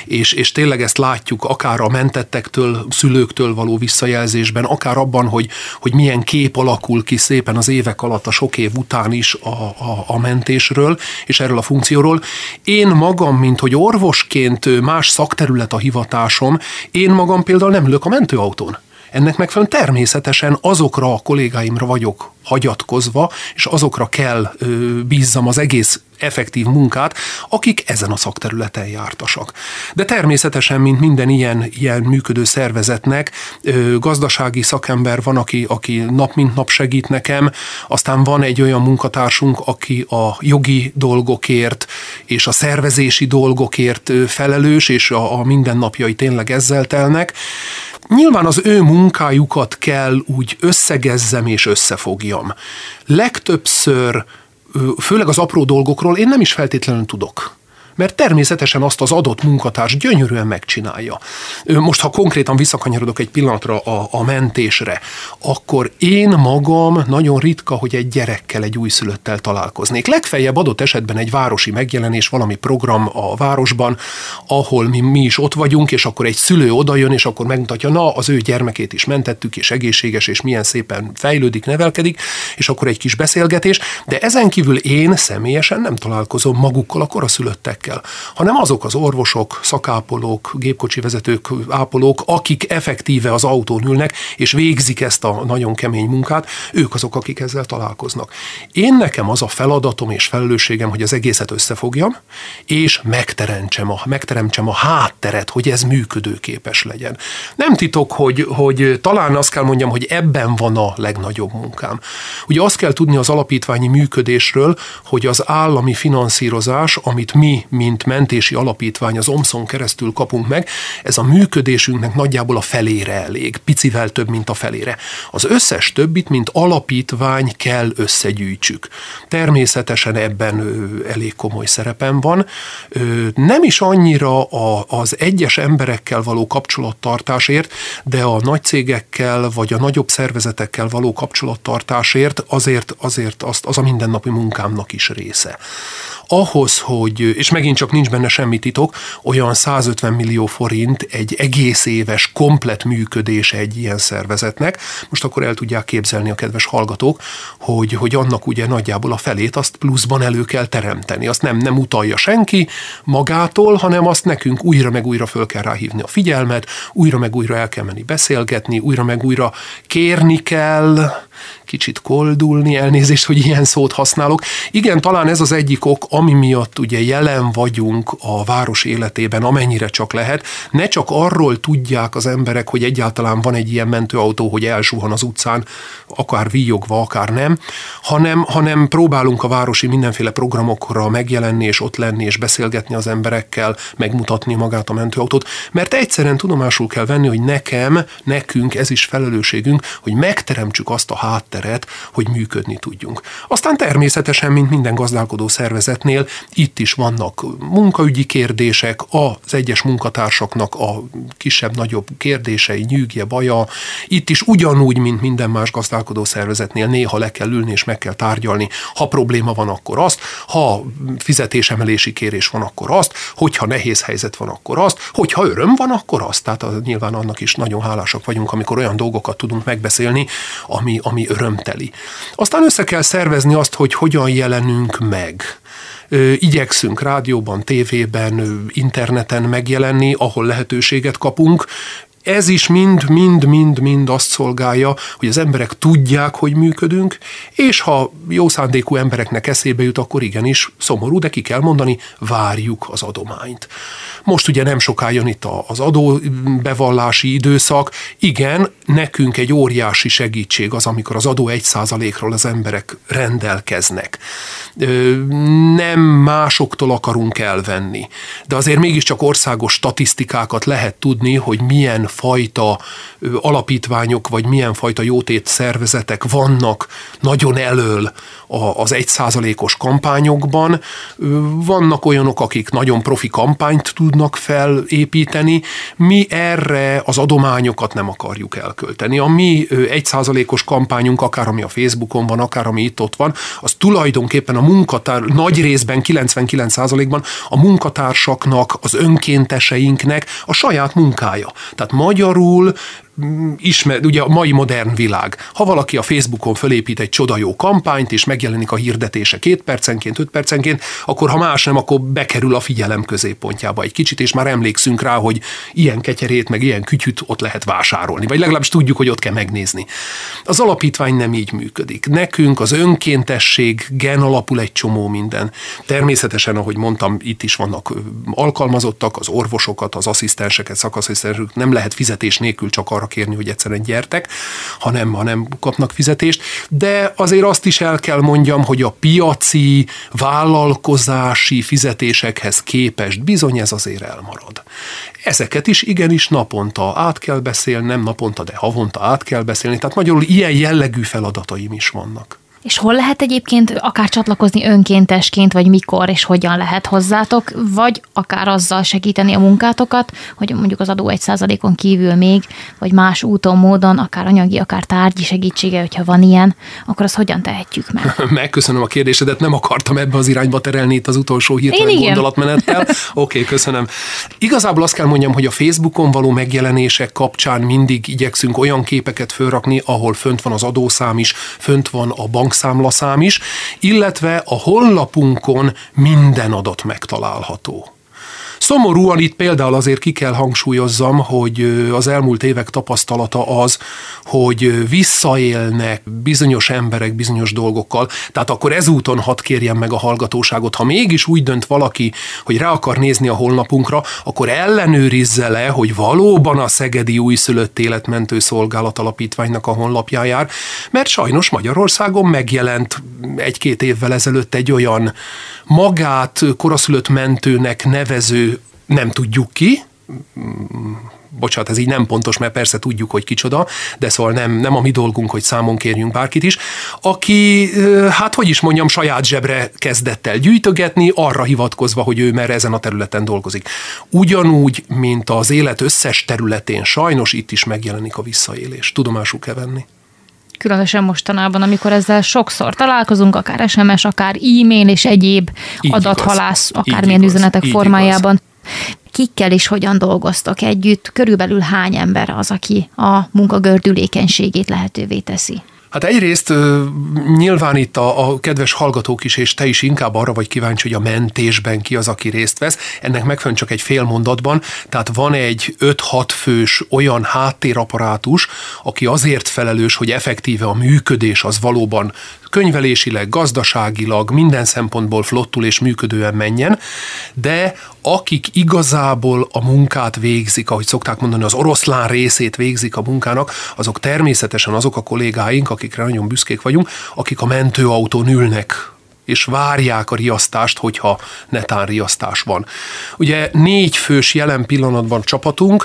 és tényleg ezt látjuk akár a mentettektől, szülőktől való visszajelzésben, akár abban, hogy milyen kép alakul ki szépen az évek alatt, a sok év után is a mentésről, és erről a funkcióról. Én magam, mint hogy orvosként más szakterület a hivatásom, én magam például nem ülök a mentőautón. Ennek megfelelően természetesen azokra a kollégáimra vagyok hagyatkozva, és azokra kell bízzam az egész effektív munkát, akik ezen a szakterületen jártasak. De természetesen, mint minden ilyen működő szervezetnek, gazdasági szakember van, aki nap mint nap segít nekem, aztán van egy olyan munkatársunk, aki a jogi dolgokért és a szervezési dolgokért felelős, és a mindennapjai tényleg ezzel telnek. Nyilván az ő munkájukat kell úgy összegezzem és összefogjam. Legtöbbször, főleg az apró dolgokról én nem is feltétlenül tudok. Mert természetesen azt az adott munkatárs gyönyörűen megcsinálja. Most, ha konkrétan visszakanyarodok egy pillanatra a mentésre, akkor én magam nagyon ritka, hogy egy gyerekkel, egy újszülöttel találkoznék. Legfeljebb adott esetben egy városi megjelenés, valami program a városban, ahol mi is ott vagyunk, és akkor egy szülő odajön, és akkor megmutatja, na, az ő gyermekét is mentettük, és egészséges, és milyen szépen fejlődik, nevelkedik, és akkor egy kis beszélgetés, de ezen kívül én személyesen nem találkozom magukkal a koraszülöttekkel, hanem azok az orvosok, szakápolók, gépkocsi vezetők, ápolók, akik effektíve az autón ülnek, és végzik ezt a nagyon kemény munkát, ők azok, akik ezzel találkoznak. Nekem az a feladatom és felelősségem, hogy az egészet összefogjam, és megteremtsem a hátteret, hogy ez működőképes legyen. Nem titok, hogy talán azt kell mondjam, hogy ebben van a legnagyobb munkám. Ugye azt kell tudni az alapítványi működésről, hogy az állami finanszírozás, amit mi, mint mentési alapítvány az OMSZ-on keresztül kapunk meg, ez a működésünknek nagyjából a felére elég, picivel több, mint a felére. Az összes többit, mint alapítvány kell összegyűjtsük. Természetesen ebben elég komoly szerepem van. Nem is annyira az egyes emberekkel való kapcsolattartásért, de a nagy cégekkel vagy a nagyobb szervezetekkel való kapcsolattartásért azért az a mindennapi munkámnak is része. Ahhoz, hogy, és megint csak nincs benne semmi titok, olyan 150 millió forint egy egész éves komplet működése egy ilyen szervezetnek. Most akkor el tudják képzelni a kedves hallgatók, hogy annak ugye nagyjából a felét azt pluszban elő kell teremteni. Azt nem utalja senki magától, hanem azt nekünk újra meg újra föl kell ráhívni a figyelmet, újra meg újra el kell menni beszélgetni, újra meg újra kérni kell, kicsit koldulni, elnézést, hogy ilyen szót használok. Igen, talán ez az egyik ok, ami miatt ugye jelen vagyunk a város életében, amennyire csak lehet. Ne csak arról tudják az emberek, hogy egyáltalán van egy ilyen mentőautó, hogy elsuhan az utcán, akár víjogva, akár nem, hanem próbálunk a városi mindenféle programokra megjelenni, és ott lenni, és beszélgetni az emberekkel, megmutatni magát a mentőautót, mert egyszerűen tudomásul kell venni, hogy nekünk ez is felelősségünk, hogy megteremtsük azt a hátteret, hogy működni tudjunk. Aztán természetesen, mint minden gazdálkodó szervezetnél, itt is vannak munkaügyi kérdések, az egyes munkatársaknak a kisebb-nagyobb kérdései, nyűgje, baja. Itt is ugyanúgy, mint minden más gazdálkodó szervezetnél néha le kell ülni és meg kell tárgyalni. Ha probléma van, akkor azt, ha fizetésemelési kérés van, akkor azt, hogyha nehéz helyzet van, akkor azt, hogyha öröm van, akkor azt. Tehát nyilván annak is nagyon hálásak vagyunk, amikor olyan dolgokat tudunk megbeszélni, ami örömteli. Aztán össze kell szervezni azt, hogy hogyan jelenünk meg. Igyekszünk rádióban, tévében, interneten megjelenni, ahol lehetőséget kapunk. Ez is mind azt szolgálja, hogy az emberek tudják, hogy működünk, és ha jó szándékú embereknek eszébe jut, akkor igenis szomorú, de ki kell mondani, várjuk az adományt. Most ugye nem soká jön itt az adóbevallási időszak. Igen, nekünk egy óriási segítség az, amikor az adó 1%-ról az emberek rendelkeznek. Nem másoktól akarunk elvenni, de azért mégiscsak országos statisztikákat lehet tudni, hogy milyen fajta alapítványok, vagy milyen fajta jótét szervezetek vannak nagyon elől az 1%-os kampányokban. Vannak olyanok, akik nagyon profi kampányt tudnak felépíteni. Mi erre az adományokat nem akarjuk elkölteni. A mi 1%-os kampányunk, akár ami a Facebookon van, akár ami itt-ott van, az tulajdonképpen nagy részben, 99%-ban a munkatársaknak, az önkénteseinknek a saját munkája. Tehát magyarul ugye a mai modern világ. Ha valaki a Facebookon fölépít egy csoda jó kampányt, és megjelenik a hirdetése 2 percenként, 5 percenként, akkor ha más nem, akkor bekerül a figyelem középpontjába egy kicsit, és már emlékszünk rá, hogy ilyen ketyerét, meg ilyen kütyüt ott lehet vásárolni, vagy legalábbis tudjuk, hogy ott kell megnézni. Az alapítvány nem így működik. Nekünk az önkéntességen alapul egy csomó minden. Természetesen, ahogy mondtam, itt is vannak alkalmazottak, az orvosokat, az asszisztenseket, szakasszisztenseket nem lehet fizetés nélkül csak arra kérni, hogy egyszerűen gyertek, hanem kapnak fizetést, de azért azt is el kell mondjam, hogy a piaci, vállalkozási fizetésekhez képest bizony ez azért elmarad. Ezeket is igenis naponta át kell beszélni, nem naponta, de havonta át kell beszélni, tehát magyarul ilyen jellegű feladataim is vannak. És hol lehet egyébként akár csatlakozni önkéntesként, vagy mikor és hogyan lehet hozzátok, vagy akár azzal segíteni a munkátokat, hogy mondjuk az adó 1%-on kívül még, vagy más úton, módon, akár anyagi, akár tárgyi segítsége, hogyha van ilyen, akkor azt hogyan tehetjük meg? Megköszönöm a kérdésedet, nem akartam ebbe az irányba terelni itt az utolsó hirtelen gondolatmenettel. Oké, köszönöm. Igazából azt kell mondjam, hogy a Facebookon való megjelenések kapcsán mindig igyekszünk olyan képeket fölrakni, ahol fönt van az adószám is, fönt van a bankszámlaszám is, illetve a honlapunkon minden adat megtalálható. Szomorúan itt például azért ki kell hangsúlyozzam, hogy az elmúlt évek tapasztalata az, hogy visszaélnek bizonyos emberek bizonyos dolgokkal, tehát akkor ezúton hadd kérjem meg a hallgatóságot, ha mégis úgy dönt valaki, hogy rá akar nézni a honlapunkra, akkor ellenőrizze le, hogy valóban a Szegedi Újszülött Életmentő Szolgálat Alapítványnak a honlapján jár, mert sajnos Magyarországon megjelent 1-2 évvel ezelőtt egy olyan magát koraszülött mentőnek nevező, nem tudjuk ki, bocsánat, ez így nem pontos, mert persze tudjuk, hogy kicsoda, de szóval nem a mi dolgunk, hogy számon kérjünk bárkit is, aki, hát hogy is mondjam, saját zsebre kezdett el gyűjtögetni, arra hivatkozva, hogy ő már ezen a területen dolgozik. Ugyanúgy, mint az élet összes területén, sajnos itt is megjelenik a visszaélés. Tudomásul kell venni. Különösen mostanában, amikor ezzel sokszor találkozunk, akár SMS, akár e-mail és egyéb adathalász, akármilyen üzenetek formájában. Kikkel és hogyan dolgoztok együtt? Körülbelül hány ember az, aki a munka gördülékenységét lehetővé teszi? Hát egyrészt nyilván itt a kedves hallgatók is, és te is inkább arra vagy kíváncsi, hogy a mentésben ki az, aki részt vesz. Ennek megfelelően csak egy fél mondatban, tehát van egy 5-6 fős olyan háttérapparátus, aki azért felelős, hogy effektíve a működés az valóban könyvelésileg, gazdaságilag, minden szempontból flottul és működően menjen, de akik igazából a munkát végzik, ahogy szokták mondani, az oroszlán részét végzik a munkának, azok természetesen azok a kollégáink, akikre nagyon büszkék vagyunk, akik a mentőautón ülnek, és várják a riasztást, hogyha netán riasztás van. Ugye 4 fős jelen pillanatban csapatunk,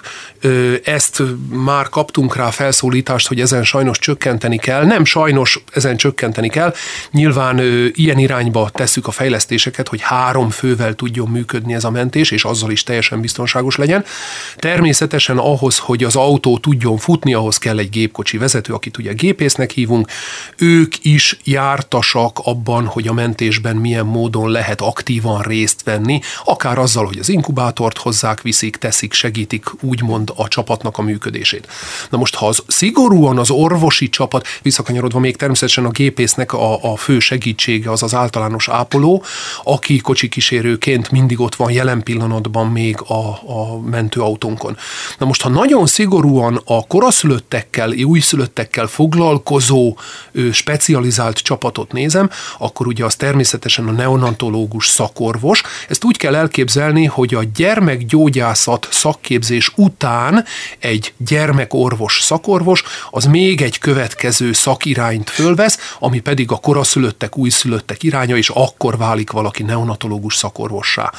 ezt már kaptunk rá felszólítást, hogy ezen sajnos csökkenteni kell. Nem sajnos, ezen csökkenteni kell. Nyilván ilyen irányba tesszük a fejlesztéseket, hogy 3 fővel tudjon működni ez a mentés, és azzal is teljesen biztonságos legyen. Természetesen ahhoz, hogy az autó tudjon futni, ahhoz kell egy gépkocsi vezető, akit ugye gépésznek hívunk. Ők is jártasak abban, hogy a mentésben milyen módon lehet aktívan részt venni, akár azzal, hogy az inkubátort hozzák, viszik, teszik, segítik úgymond a csapatnak a működését. Na most, ha az szigorúan az orvosi csapat, visszakanyarodva még természetesen a gépésznek a fő segítsége az az általános ápoló, aki kocsikísérőként mindig ott van jelen pillanatban még a mentőautónkon. Na most, ha nagyon szigorúan a koraszülöttekkel, újszülöttekkel foglalkozó specializált csapatot nézem, akkor ugye az természetesen a neonatológus szakorvos. Ezt úgy kell elképzelni, hogy a gyermekgyógyászat szakképzés után egy gyermekorvos szakorvos, az még egy következő szakirányt fölvesz, ami pedig a koraszülöttek, újszülöttek iránya, és akkor válik valaki neonatológus szakorvossá.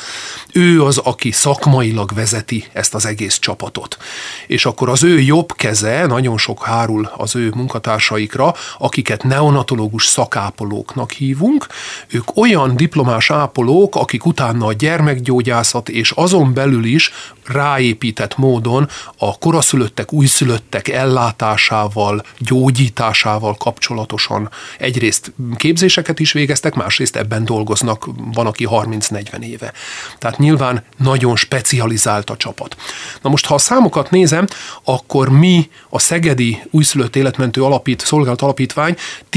Ő az, aki szakmailag vezeti ezt az egész csapatot. És akkor az ő jobb keze, nagyon sok hárul az ő munkatársaikra, akiket neonatológus szakápolóknak hívunk. Ők olyan diplomás ápolók, akik utána a gyermekgyógyászat és azon belül is ráépített módon a koraszülöttek, újszülöttek ellátásával, gyógyításával kapcsolatosan egyrészt képzéseket is végeztek, másrészt ebben dolgoznak, van, aki 30-40 éve. Tehát nyilván nagyon specializált a csapat. Na most, ha a számokat nézem, akkor mi a Szegedi Újszülött Életmentő Szolgálat Alapítvány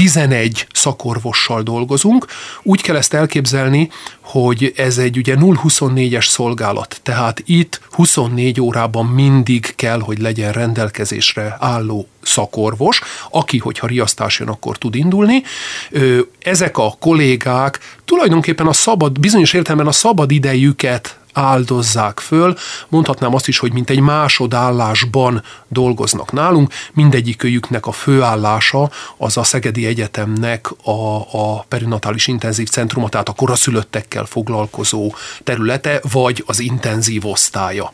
11 szakorvossal dolgozunk. Úgy kell ezt elképzelni, hogy ez egy ugye 0-24-es szolgálat, tehát itt 24 órában mindig kell, hogy legyen rendelkezésre álló szakorvos, aki, hogyha riasztás jön, akkor tud indulni. Ezek a kollégák tulajdonképpen bizonyos értelemben a szabad idejüket áldozzák föl, mondhatnám azt is, hogy mint egy másodállásban dolgoznak nálunk, mindegyikőjüknek a főállása az a Szegedi Egyetemnek a perinatális intenzív centruma, tehát a koraszülöttekkel foglalkozó területe, vagy az intenzív osztálya.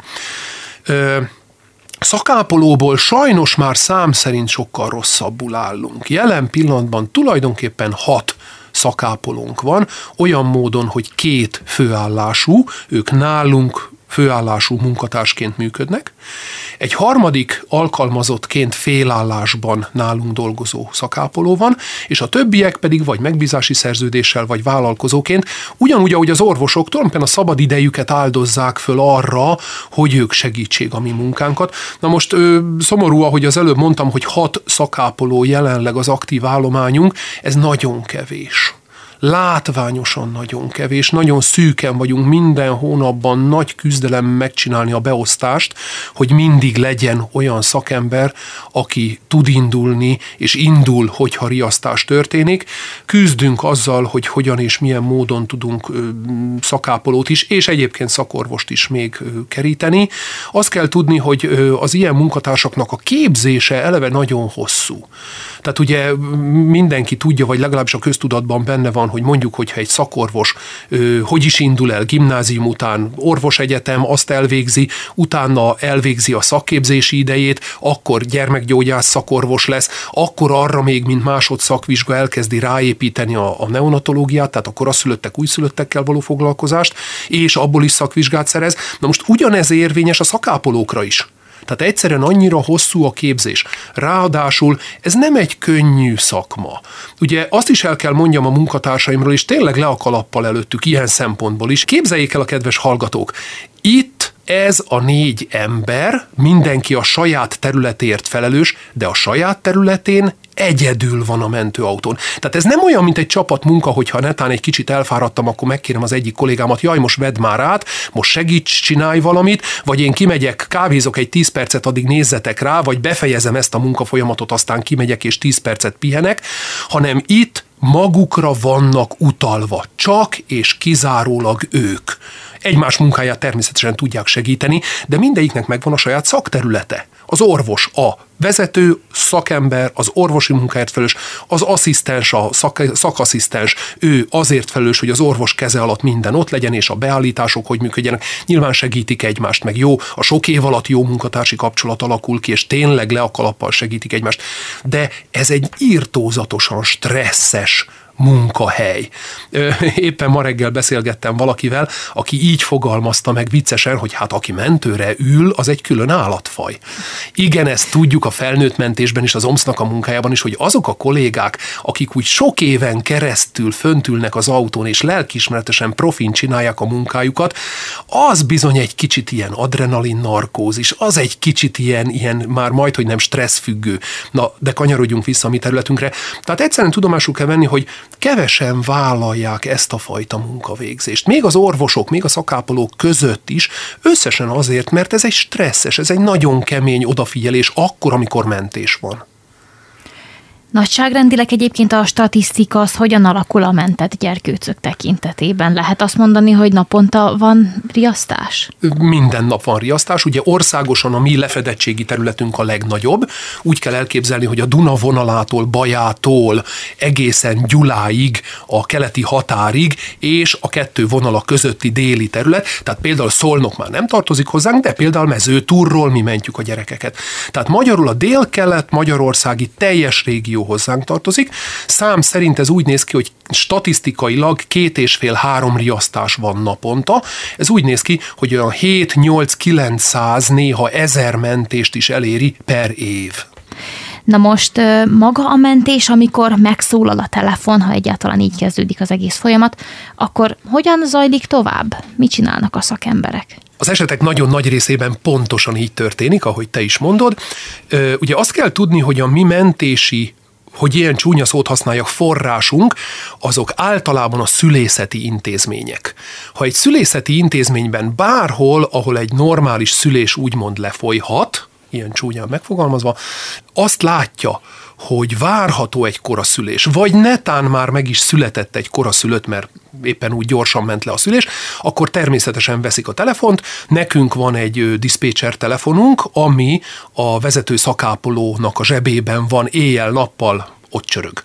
Szakápolóból sajnos már szám szerint sokkal rosszabbul állunk. Jelen pillanatban tulajdonképpen 6 szakápolónk van, olyan módon, hogy 2 főállású, ők nálunk főállású munkatársként működnek. Egy harmadik alkalmazottként félállásban nálunk dolgozó szakápoló van, és a többiek pedig vagy megbízási szerződéssel, vagy vállalkozóként, ugyanúgy, ahogy az orvosok tulajdonképpen a szabad idejüket áldozzák föl arra, hogy ők segítsék a mi munkánkat. Na most szomorú, ahogy az előbb mondtam, hogy 6 szakápoló jelenleg az aktív állományunk, ez nagyon kevés. Látványosan nagyon kevés, nagyon szűken vagyunk minden hónapban, nagy küzdelem megcsinálni a beosztást, hogy mindig legyen olyan szakember, aki tud indulni, és indul, hogyha riasztás történik. Küzdünk azzal, hogy hogyan és milyen módon tudunk szakápolót is, és egyébként szakorvost is még keríteni. Azt kell tudni, hogy az ilyen munkatársaknak a képzése eleve nagyon hosszú. Tehát ugye mindenki tudja, vagy legalábbis a köztudatban benne van, hogy mondjuk, hogyha egy szakorvos hogy is indul el gimnázium után, orvosegyetem, azt elvégzi, utána elvégzi a szakképzési idejét, akkor gyermekgyógyász szakorvos lesz, akkor arra még, mint másodszakvizsga elkezdi ráépíteni a neonatológiát, tehát a koraszülöttek, újszülöttekkel való foglalkozást, és abból is szakvizsgát szerez. Na most ugyanez érvényes a szakápolókra is. Tehát egyszerűen annyira hosszú a képzés. Ráadásul ez nem egy könnyű szakma. Ugye azt is el kell mondjam a munkatársaimról, és tényleg le a kalappal előttük ilyen szempontból is. Képzeljék el a kedves hallgatók, itt ez a 4 ember, mindenki a saját területért felelős, de a saját területén egyedül van a mentőautón. Tehát ez nem olyan, mint egy csapatmunka, hogyha netán egy kicsit elfáradtam, akkor megkérem az egyik kollégámat, jaj, most vedd már át, most segíts, csinálj valamit, vagy én kimegyek, kávézok egy 10 percet, addig nézzetek rá, vagy befejezem ezt a munkafolyamatot, aztán kimegyek és 10 percet pihenek, hanem itt magukra vannak utalva, csak és kizárólag ők. Egymás munkáját természetesen tudják segíteni, de mindegyiknek megvan a saját szakterülete. Az orvos a vezető szakember, az orvosi munkáért felelős, az asszisztens, a szakasszisztens, ő azért felelős, hogy az orvos keze alatt minden ott legyen, és a beállítások hogy működjenek. Nyilván segítik egymást, meg jó, a sok év alatt jó munkatársi kapcsolat alakul ki, és tényleg le a kalappal segítik egymást. De ez egy irtózatosan stresszes munkahely. Éppen ma reggel beszélgettem valakivel, aki így fogalmazta meg viccesen, hogy hát aki mentőre ül, az egy külön állatfaj. Igen, ezt tudjuk a felnőtt mentésben is, az OMSZ-nak a munkájában is, hogy azok a kollégák, akik úgy sok éven keresztül föntülnek az autón, és lelkiismeretesen profin csinálják a munkájukat, az bizony egy kicsit ilyen adrenalin narkózis, az egy kicsit ilyen már majdhogy nem stresszfüggő. Na, de kanyarodjunk vissza a mi területünkre. Tehát egyszerűen tudomásul kell venni, hogy kevesen vállalják ezt a fajta munkavégzést. Még az orvosok, még a szakápolók között is, összesen azért, mert ez egy stresszes, ez egy nagyon kemény odafigyelés akkor, amikor mentés van. Nagyságrendileg egyébként a statisztika az hogyan alakul a mentett gyerkőcök tekintetében? Lehet azt mondani, hogy naponta van riasztás? Minden nap van riasztás. Ugye országosan a mi lefedettségi területünk a legnagyobb. Úgy kell elképzelni, hogy a Duna vonalától, Bajától egészen Gyuláig, a keleti határig, és a 2 vonala közötti déli terület. Tehát például Szolnok már nem tartozik hozzánk, de például Mezőtúrról mi mentjük a gyerekeket. Tehát magyarul a dél-kelet magyarországi teljes régió hozzánk tartozik. Szám szerint ez úgy néz ki, hogy statisztikailag 2,5-3 riasztás van naponta. Ez úgy néz ki, hogy olyan 7-8-900, néha 1000 mentést is eléri per év. Na most maga a mentés, amikor megszólal a telefon, ha egyáltalán így kezdődik az egész folyamat, akkor hogyan zajlik tovább? Mit csinálnak a szakemberek? Az esetek nagyon nagy részében pontosan így történik, ahogy te is mondod. Ugye azt kell tudni, hogy a mi mentési, hogy ilyen csúnya szót használjak, forrásunk, azok általában a szülészeti intézmények. Ha egy szülészeti intézményben bárhol, ahol egy normális szülés úgymond lefolyhat, ilyen csúnyán megfogalmazva, azt látja, hogy várható egy koraszülés, vagy netán már meg is született egy koraszülött, mert éppen úgy gyorsan ment le a szülés, akkor természetesen veszik a telefont. Nekünk van egy diszpécser telefonunk, ami a vezető szakápolónak a zsebében van, éjjel-nappal ott csörög.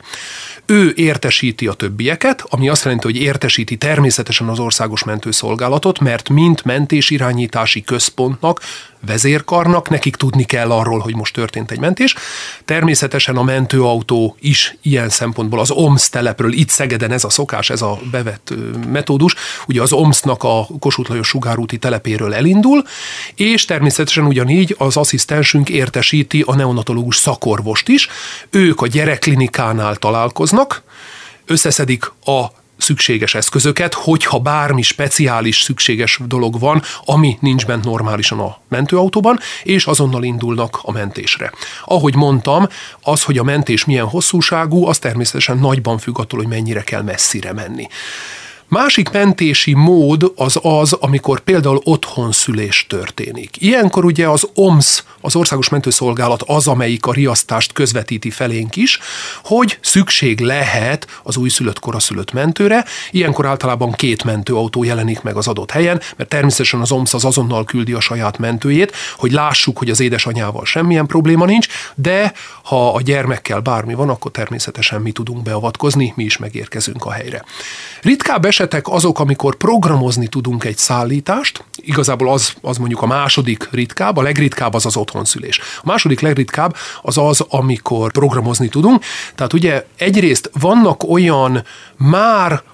Ő értesíti a többieket, ami azt jelenti, hogy értesíti természetesen az országos mentőszolgálatot, mert mint mentésirányítási központnak, vezérkarnak, nekik tudni kell arról, hogy most történt egy mentés. Természetesen a mentőautó is ilyen szempontból az OMSZ telepről, itt Szegeden ez a szokás, ez a bevett metódus, ugye az OMSZ-nak a Kossuth Lajos sugárúti telepéről elindul, és természetesen ugyanígy az asszisztensünk értesíti a neonatológus szakorvost is. Ők a gyerekklinikánál találkoznak, összeszedik a szükséges eszközöket, hogyha bármi speciális szükséges dolog van, ami nincs bent normálisan a mentőautóban, és azonnal indulnak a mentésre. Ahogy mondtam, az, hogy a mentés milyen hosszúságú, az természetesen nagyban függ attól, hogy mennyire kell messzire menni. Másik mentési mód az, amikor például otthonszülés történik. Ilyenkor ugye az OMSZ, az Országos Mentőszolgálat az, amelyik a riasztást közvetíti felénk is, hogy szükség lehet az újszülött, koraszülött mentőre. Ilyenkor általában 2 mentőautó jelenik meg az adott helyen, mert természetesen az OMSZ az azonnal küldi a saját mentőjét, hogy lássuk, hogy az édesanyával semmilyen probléma nincs, de ha a gyermekkel bármi van, akkor természetesen mi tudunk beavatkozni, mi is megérkezünk a helyre. Ritkább esetek azok, amikor programozni tudunk egy szállítást, igazából az mondjuk a második ritkább, a legritkább az otthonszülés. A második legritkább az, amikor programozni tudunk. Tehát ugye egyrészt vannak olyan már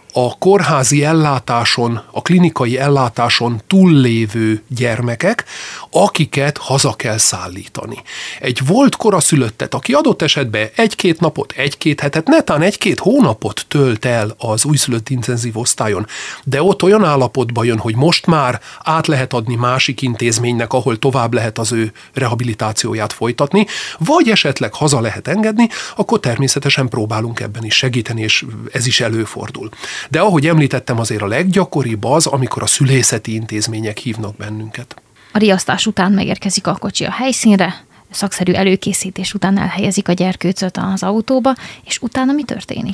a kórházi ellátáson, a klinikai ellátáson túllévő gyermekek, akiket haza kell szállítani. Egy volt koraszülöttet, aki adott esetben 1-2 napot, 1-2 hetet, netán 1-2 hónapot tölt el az újszülött intenzív osztályon, de ott olyan állapotba jön, hogy most már át lehet adni másik intézménynek, ahol tovább lehet az ő rehabilitációját folytatni, vagy esetleg haza lehet engedni, akkor természetesen próbálunk ebben is segíteni, és ez is előfordul. De ahogy említettem, azért a leggyakoribb az, amikor a szülészeti intézmények hívnak bennünket. A riasztás után megérkezik a kocsi a helyszínre, szakszerű előkészítés után elhelyezik a gyerkőcöt az autóba, és utána mi történik?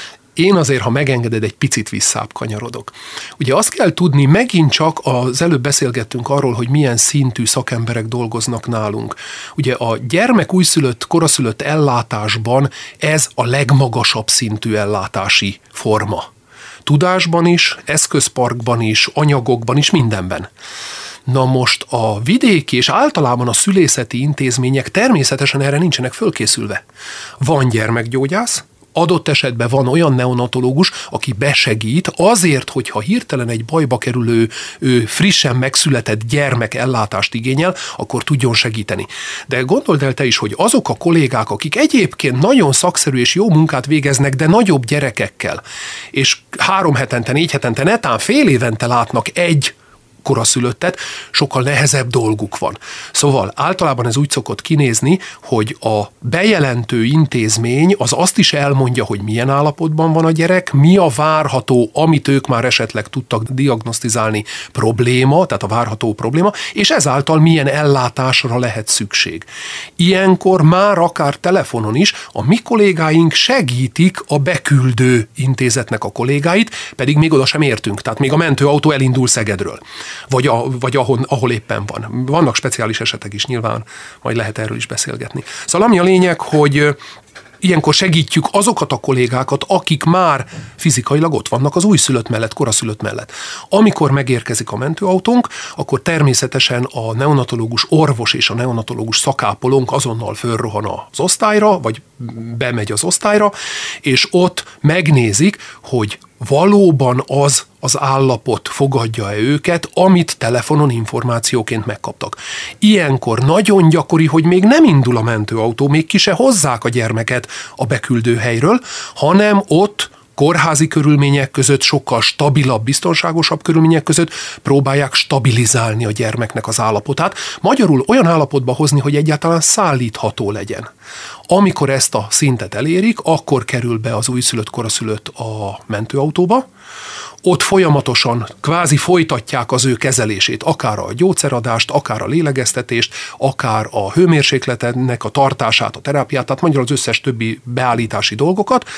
Én azért, ha megengeded, egy picit visszább kanyarodok. Ugye azt kell tudni, megint csak az előbb beszélgettünk arról, hogy milyen szintű szakemberek dolgoznak nálunk. Ugye a gyermek újszülött, koraszülött ellátásban ez a legmagasabb szintű ellátási forma. Tudásban is, eszközparkban is, anyagokban is, mindenben. Na most a vidéki és általában a szülészeti intézmények természetesen erre nincsenek fölkészülve. Van gyermekgyógyász, adott esetben van olyan neonatológus, aki besegít azért, hogyha hirtelen egy bajba kerülő, frissen megszületett gyermek ellátást igényel, akkor tudjon segíteni. De gondold el te is, hogy azok a kollégák, akik egyébként nagyon szakszerű és jó munkát végeznek, de nagyobb gyerekekkel, és 3 hetente, 4 hetente, netán fél évente látnak egy koraszülöttet, sokkal nehezebb dolguk van. Szóval általában ez úgy szokott kinézni, hogy a bejelentő intézmény az azt is elmondja, hogy milyen állapotban van a gyerek, mi a várható, amit ők már esetleg tudtak diagnosztizálni probléma, tehát a várható probléma, és ezáltal milyen ellátásra lehet szükség. Ilyenkor már akár telefonon is a mi kollégáink segítik a beküldő intézetnek a kollégáit, pedig még oda sem értünk, tehát még a mentőautó elindul Szegedről. Vagy ahol éppen van. Vannak speciális esetek is, nyilván majd lehet erről is beszélgetni. Szóval ami a lényeg, hogy ilyenkor segítjük azokat a kollégákat, akik már fizikailag ott vannak az újszülött mellett, koraszülött mellett. Amikor megérkezik a mentőautónk, akkor természetesen a neonatológus orvos és a neonatológus szakápolónk azonnal fölrohan az osztályra, vagy bemegy az osztályra, és ott megnézik, hogy valóban az állapot fogadja-e őket, amit telefonon információként megkaptak. Ilyenkor nagyon gyakori, hogy még nem indul a mentőautó, még ki se hozzák a gyermeket a beküldő helyről, hanem ott kórházi körülmények között, sokkal stabilabb, biztonságosabb körülmények között próbálják stabilizálni a gyermeknek az állapotát, magyarul olyan állapotba hozni, hogy egyáltalán szállítható legyen. Amikor ezt a szintet elérik, akkor kerül be az újszülött, koraszülött a mentőautóba, ott folyamatosan kvázi folytatják az ő kezelését, akár a gyógyszeradást, akár a lélegeztetést, akár a hőmérsékletnek a tartását, a terápiát, tehát magyarul az összes többi beállítási dolgokat,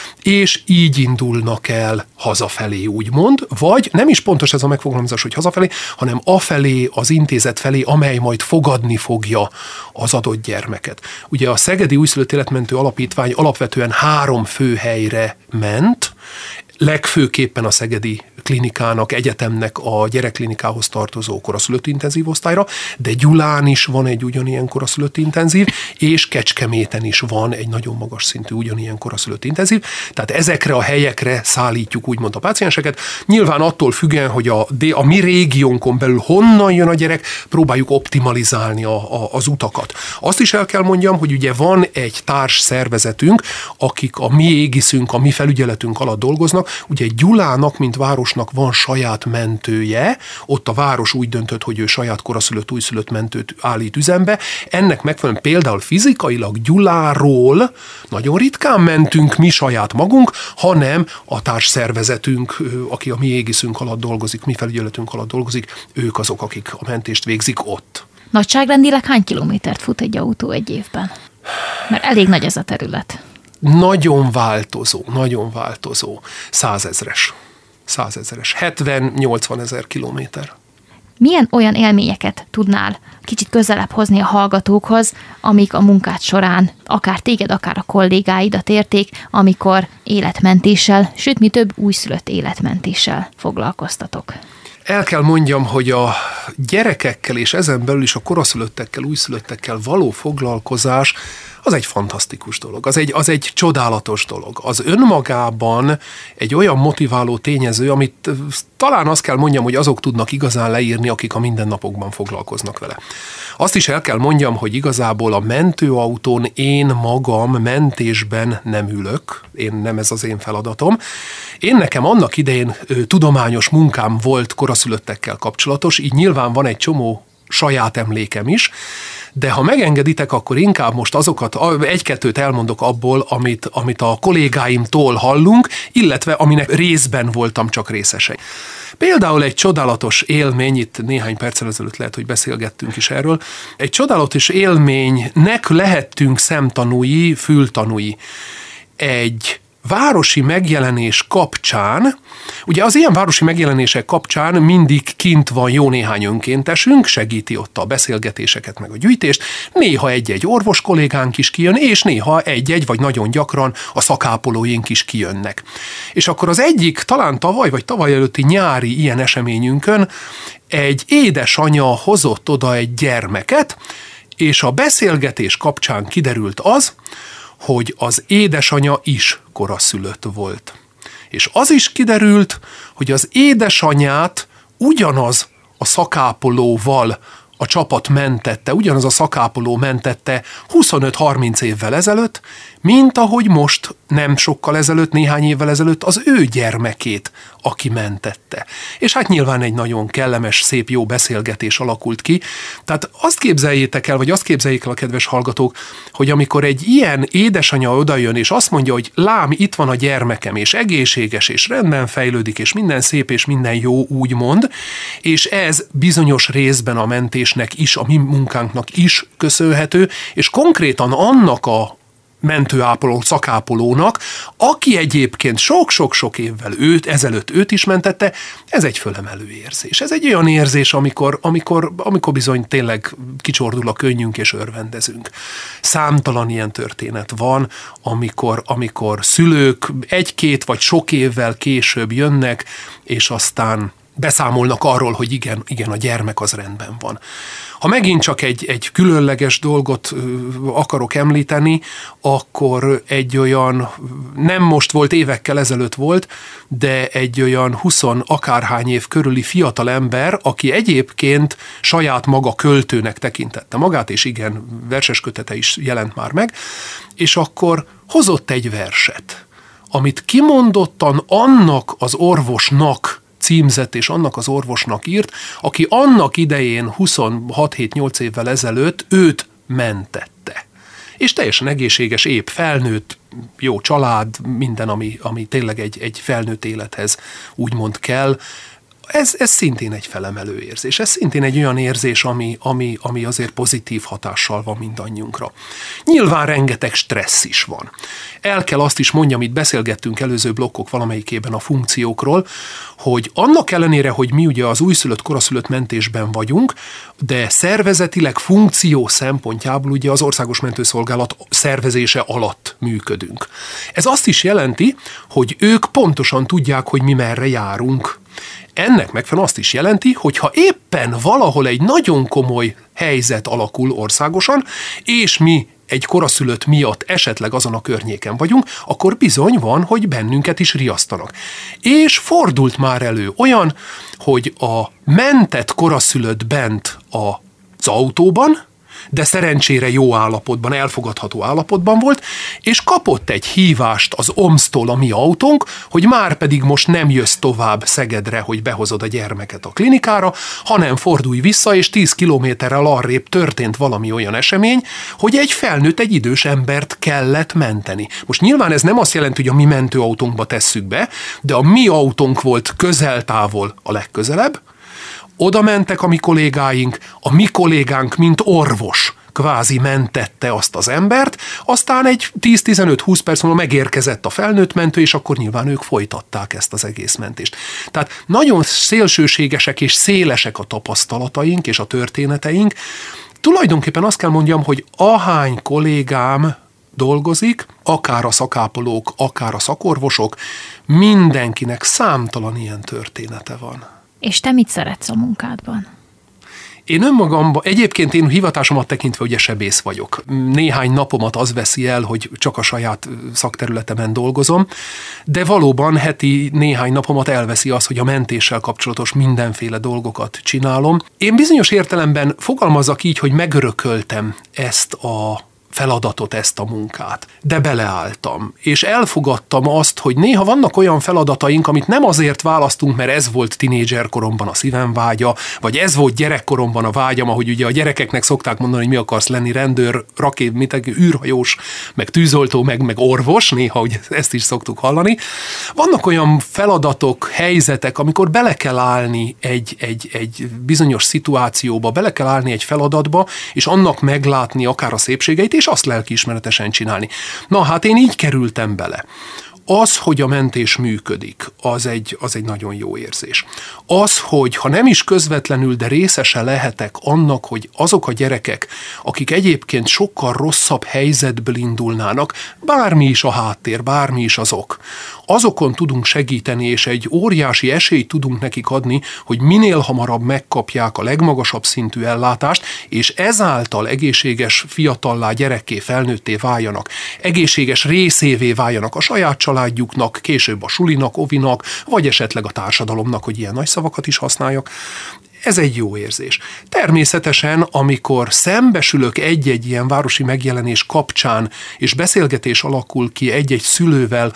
és így indulnak el hazafelé, úgymond, vagy nem is pontos ez a megfogalmazás, hogy hazafelé, hanem afelé, az intézet felé, amely majd fogadni fogja az adott gyermeket. Ugye a Szegedi Újszülött Életmentő Alapítvány alapvetően 3 fő helyre ment, legfőképpen a Szegedi klinikának, egyetemnek a gyerekklinikához tartozó koraszülött intenzív osztályra, de Gyulán is van egy ugyanilyen koraszülött intenzív, és Kecskeméten is van egy nagyon magas szintű ugyanilyen koraszülött intenzív, tehát ezekre a helyekre szállítjuk úgymond a pácienseket. Nyilván attól függően, hogy a mi régiónkon belül honnan jön a gyerek, próbáljuk optimalizálni az utakat. Azt is el kell mondjam, hogy ugye van egy társ szervezetünk, akik a mi égiszünk, a mi felügyeletünk alatt dolgoznak. Ugye Gyulának, mint városnak van saját mentője, ott a város úgy döntött, hogy ő saját koraszülött, újszülött mentőt állít üzembe. Ennek megfelelően például fizikailag Gyuláról nagyon ritkán mentünk mi saját magunk, hanem a társszervezetünk, aki a mi égiszünk alatt dolgozik, mi felügyeletünk alatt dolgozik, ők azok, akik a mentést végzik ott. Nagyságrendileg hány kilométert fut egy autó egy évben? Mert elég nagy ez a terület. Nagyon változó. 100 000-es. 70-80 000 kilométer. Milyen olyan élményeket tudnál kicsit közelebb hozni a hallgatókhoz, amik a munkád során akár téged, akár a kollégáidat érték, amikor életmentéssel, sőt, mi több újszülött életmentéssel foglalkoztatok? El kell mondjam, hogy a gyerekekkel és ezen belül is a koraszülöttekkel, újszülöttekkel való foglalkozás az egy fantasztikus dolog, az egy csodálatos dolog. Az önmagában egy olyan motiváló tényező, amit talán azt kell mondjam, hogy azok tudnak igazán leírni, akik a mindennapokban foglalkoznak vele. Azt is el kell mondjam, hogy igazából a mentőautón én magam mentésben nem ülök, nem ez az én feladatom. Nekem annak idején tudományos munkám volt koraszülöttekkel kapcsolatos, így nyilván van egy csomó saját emlékem is, de ha megengeditek, akkor inkább most azokat, egy-kettőt elmondok abból, amit a kollégáimtól hallunk, illetve aminek részben voltam csak részesei. Például egy csodálatos élmény, itt néhány perccel ezelőtt lehet, hogy beszélgettünk is erről, egy csodálatos élménynek lehettünk szemtanúi, fültanúi. Egy városi megjelenés kapcsán, ugye az ilyen városi megjelenések kapcsán mindig kint van jó néhány önkéntesünk, segíti ott a beszélgetéseket meg a gyűjtést, néha egy-egy orvos kollégánk is kijön, és néha egy-egy, vagy nagyon gyakran a szakápolóink is kijönnek. És akkor az egyik, talán tavaly vagy tavaly előtti nyári ilyen eseményünkön egy édesanya hozott oda egy gyermeket, és a beszélgetés kapcsán kiderült az, hogy az édesanya is koraszülött volt. És az is kiderült, hogy az édesanyját ugyanaz a szakápolóval a csapat mentette, ugyanaz a szakápoló mentette 25-30 évvel ezelőtt, mint ahogy most, nem sokkal ezelőtt, néhány évvel ezelőtt az ő gyermekét, aki mentette. És hát nyilván egy nagyon kellemes, szép, jó beszélgetés alakult ki. Tehát azt képzeljétek el, vagy azt képzeljék el a kedves hallgatók, hogy amikor egy ilyen édesanya odajön, és azt mondja, hogy lám, itt van a gyermekem, és egészséges, és rendben fejlődik, és minden szép, és minden jó, úgymond, és ez bizonyos részben a mentésnek is, a mi munkánknak is köszönhető, és konkrétan annak a mentőápoló, szakápolónak, aki egyébként sok-sok-sok évvel ezelőtt őt is mentette, ez egy fölemelő érzés. Ez egy olyan érzés, amikor bizony tényleg kicsordul a könnyünk és örvendezünk. Számtalan ilyen történet van, amikor szülők egy-két vagy sok évvel később jönnek, és aztán beszámolnak arról, hogy igen, a gyermek az rendben van. Ha megint csak egy különleges dolgot akarok említeni, akkor egy olyan, nem most volt, évekkel ezelőtt volt, de egy olyan 20 akárhány év körüli fiatal ember, aki egyébként saját maga költőnek tekintette magát, és igen, verseskötete is jelent már meg, és akkor hozott egy verset, amit kimondottan annak az orvosnak címzett, és annak az orvosnak írt, aki annak idején 26-7-8 évvel ezelőtt őt mentette. És teljesen egészséges, épp felnőtt, jó család, minden, ami tényleg egy felnőtt élethez úgymond kell. Ez szintén egy felemelő érzés. Ez szintén egy olyan érzés, ami azért pozitív hatással van mindannyiunkra. Nyilván rengeteg stressz is van. El kell azt is mondjam, itt beszélgettünk előző blokkok valamelyikében a funkciókról, hogy annak ellenére, hogy mi ugye az újszülött, koraszülött mentésben vagyunk, de szervezetileg, funkció szempontjából ugye az Országos Mentőszolgálat szervezése alatt működünk. Ez azt is jelenti, hogy ők pontosan tudják, hogy mi merre járunk. Ennek megfelelően azt is jelenti, hogy ha éppen valahol egy nagyon komoly helyzet alakul országosan, és mi egy koraszülött miatt esetleg azon a környéken vagyunk, akkor bizony van, hogy bennünket is riasztanak. És fordult már elő olyan, hogy a mentett koraszülött bent az autóban, de szerencsére jó állapotban, elfogadható állapotban volt, és kapott egy hívást az OMS-tól a mi autónk, hogy már pedig most nem jössz tovább Szegedre, hogy behozod a gyermeket a klinikára, hanem fordulj vissza, és 10 kilométerrel arrébb történt valami olyan esemény, hogy egy felnőtt, egy idős embert kellett menteni. Most nyilván ez nem azt jelenti, hogy a mi mentőautónkba tesszük be, de a mi autónk volt közel-távol a legközelebb, oda mentek a mi kollégáink, a mi kollégánk, mint orvos, kvázi mentette azt az embert, aztán egy 10-15-20 perc múlva megérkezett a felnőtt mentő, és akkor nyilván ők folytatták ezt az egész mentést. Tehát nagyon szélsőségesek és szélesek a tapasztalataink és a történeteink. Tulajdonképpen azt kell mondjam, hogy ahány kollégám dolgozik, akár a szakápolók, akár a szakorvosok, mindenkinek számtalan ilyen története van. És te mit szeretsz a munkádban? Én önmagamban, egyébként én hivatásomat tekintve ugye sebész vagyok. Néhány napomat az veszi el, hogy csak a saját szakterületemen dolgozom, de valóban heti néhány napomat elveszi az, hogy a mentéssel kapcsolatos mindenféle dolgokat csinálom. Én bizonyos értelemben fogalmazzak így, hogy megörököltem ezt a feladatot, ezt a munkát. De beleálltam, és elfogadtam azt, hogy néha vannak olyan feladataink, amit nem azért választunk, mert ez volt tinédzserkoromban a szívem vágya, vagy ez volt gyerekkoromban a vágyam, ahogy ugye a gyerekeknek szokták mondani, hogy mi akarsz lenni, rendőr, űrhajós, meg tűzoltó, meg orvos, néha hogy ezt is szoktuk hallani. Vannak olyan feladatok, helyzetek, amikor bele kell állni egy bizonyos szituációba, bele kell állni egy feladatba, és annak meglátni akár a szépségeit, és azt lelkiismeretesen csinálni. Na hát én így kerültem bele. Az, hogy a mentés működik, az egy nagyon jó érzés. Az, hogy ha nem is közvetlenül, de részese lehetek annak, hogy azok a gyerekek, akik egyébként sokkal rosszabb helyzetből indulnának, bármi is a háttér, bármi is az ok, azokon tudunk segíteni, és egy óriási esélyt tudunk nekik adni, hogy minél hamarabb megkapják a legmagasabb szintű ellátást, és ezáltal egészséges fiatallá, gyerekké, felnőtté váljanak, egészséges részévé váljanak a saját családjuknak, később a sulinak, ovinak, vagy esetleg a társadalomnak, hogy ilyen nagy szavakat is használjak. Ez egy jó érzés. Természetesen, amikor szembesülök egy-egy ilyen városi megjelenés kapcsán, és beszélgetés alakul ki egy-egy szülővel,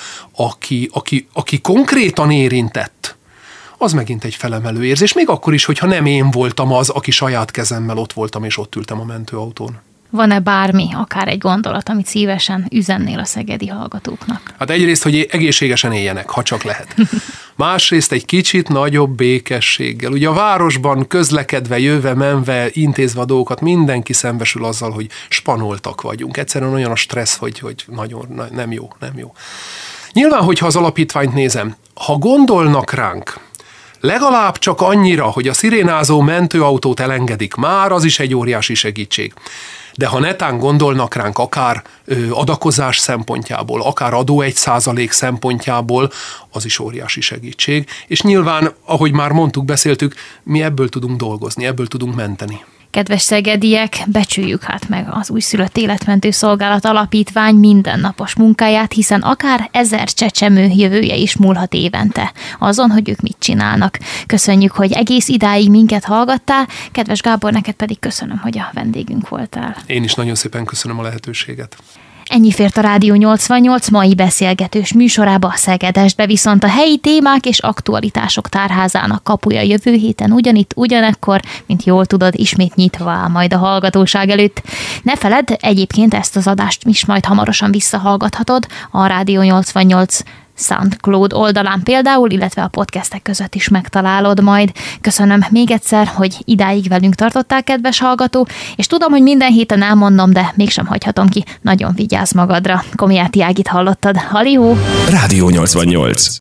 aki konkrétan érintett, az megint egy felemelő érzés, még akkor is, hogyha nem én voltam az, aki saját kezemmel ott voltam, és ott ültem a mentőautón. Van-e bármi, akár egy gondolat, amit szívesen üzennél a szegedi hallgatóknak? Hát egyrészt, hogy egészségesen éljenek, ha csak lehet. Másrészt egy kicsit nagyobb békességgel. Ugye a városban közlekedve, jöve, menve, intézve a dolgokat, mindenki szembesül azzal, hogy spanoltak vagyunk. Egyszerűen olyan a stressz, hogy nagyon nem jó. Nyilván, hogyha az alapítványt nézem, ha gondolnak ránk, legalább csak annyira, hogy a szirénázó mentőautót elengedik, már az is egy óriási segítség. De ha netán gondolnak ránk akár adakozás szempontjából, akár adó 1% szempontjából, az is óriási segítség. És nyilván, ahogy már mondtuk, beszéltük, mi ebből tudunk dolgozni, ebből tudunk menteni. Kedves szegediek, becsüljük hát meg az Újszülött Életmentő Szolgálat Alapítvány mindennapos munkáját, hiszen akár 1000 csecsemő jövője is múlhat évente azon, hogy ők mit csinálnak. Köszönjük, hogy egész idáig minket hallgattál. Kedves Gábor, neked pedig köszönöm, hogy a vendégünk voltál. Én is nagyon szépen köszönöm a lehetőséget. Ennyi fért a Rádió 88 mai beszélgetős műsorába, Szegedestbe, viszont a helyi témák és aktualitások tárházának kapuja jövő héten ugyanitt, ugyanekkor, mint jól tudod, ismét nyitva áll majd a hallgatóság előtt. Ne feledd, egyébként ezt az adást is majd hamarosan visszahallgathatod a Rádió 88 SoundCloud oldalán például, illetve a podcastek között is megtalálod majd. Köszönöm még egyszer, hogy idáig velünk tartottál, kedves hallgató, és tudom, hogy minden héten elmondom, de mégsem hagyhatom ki. Nagyon vigyázz magadra. Komiáti Ágit hallottad. Halihó! Rádió 88.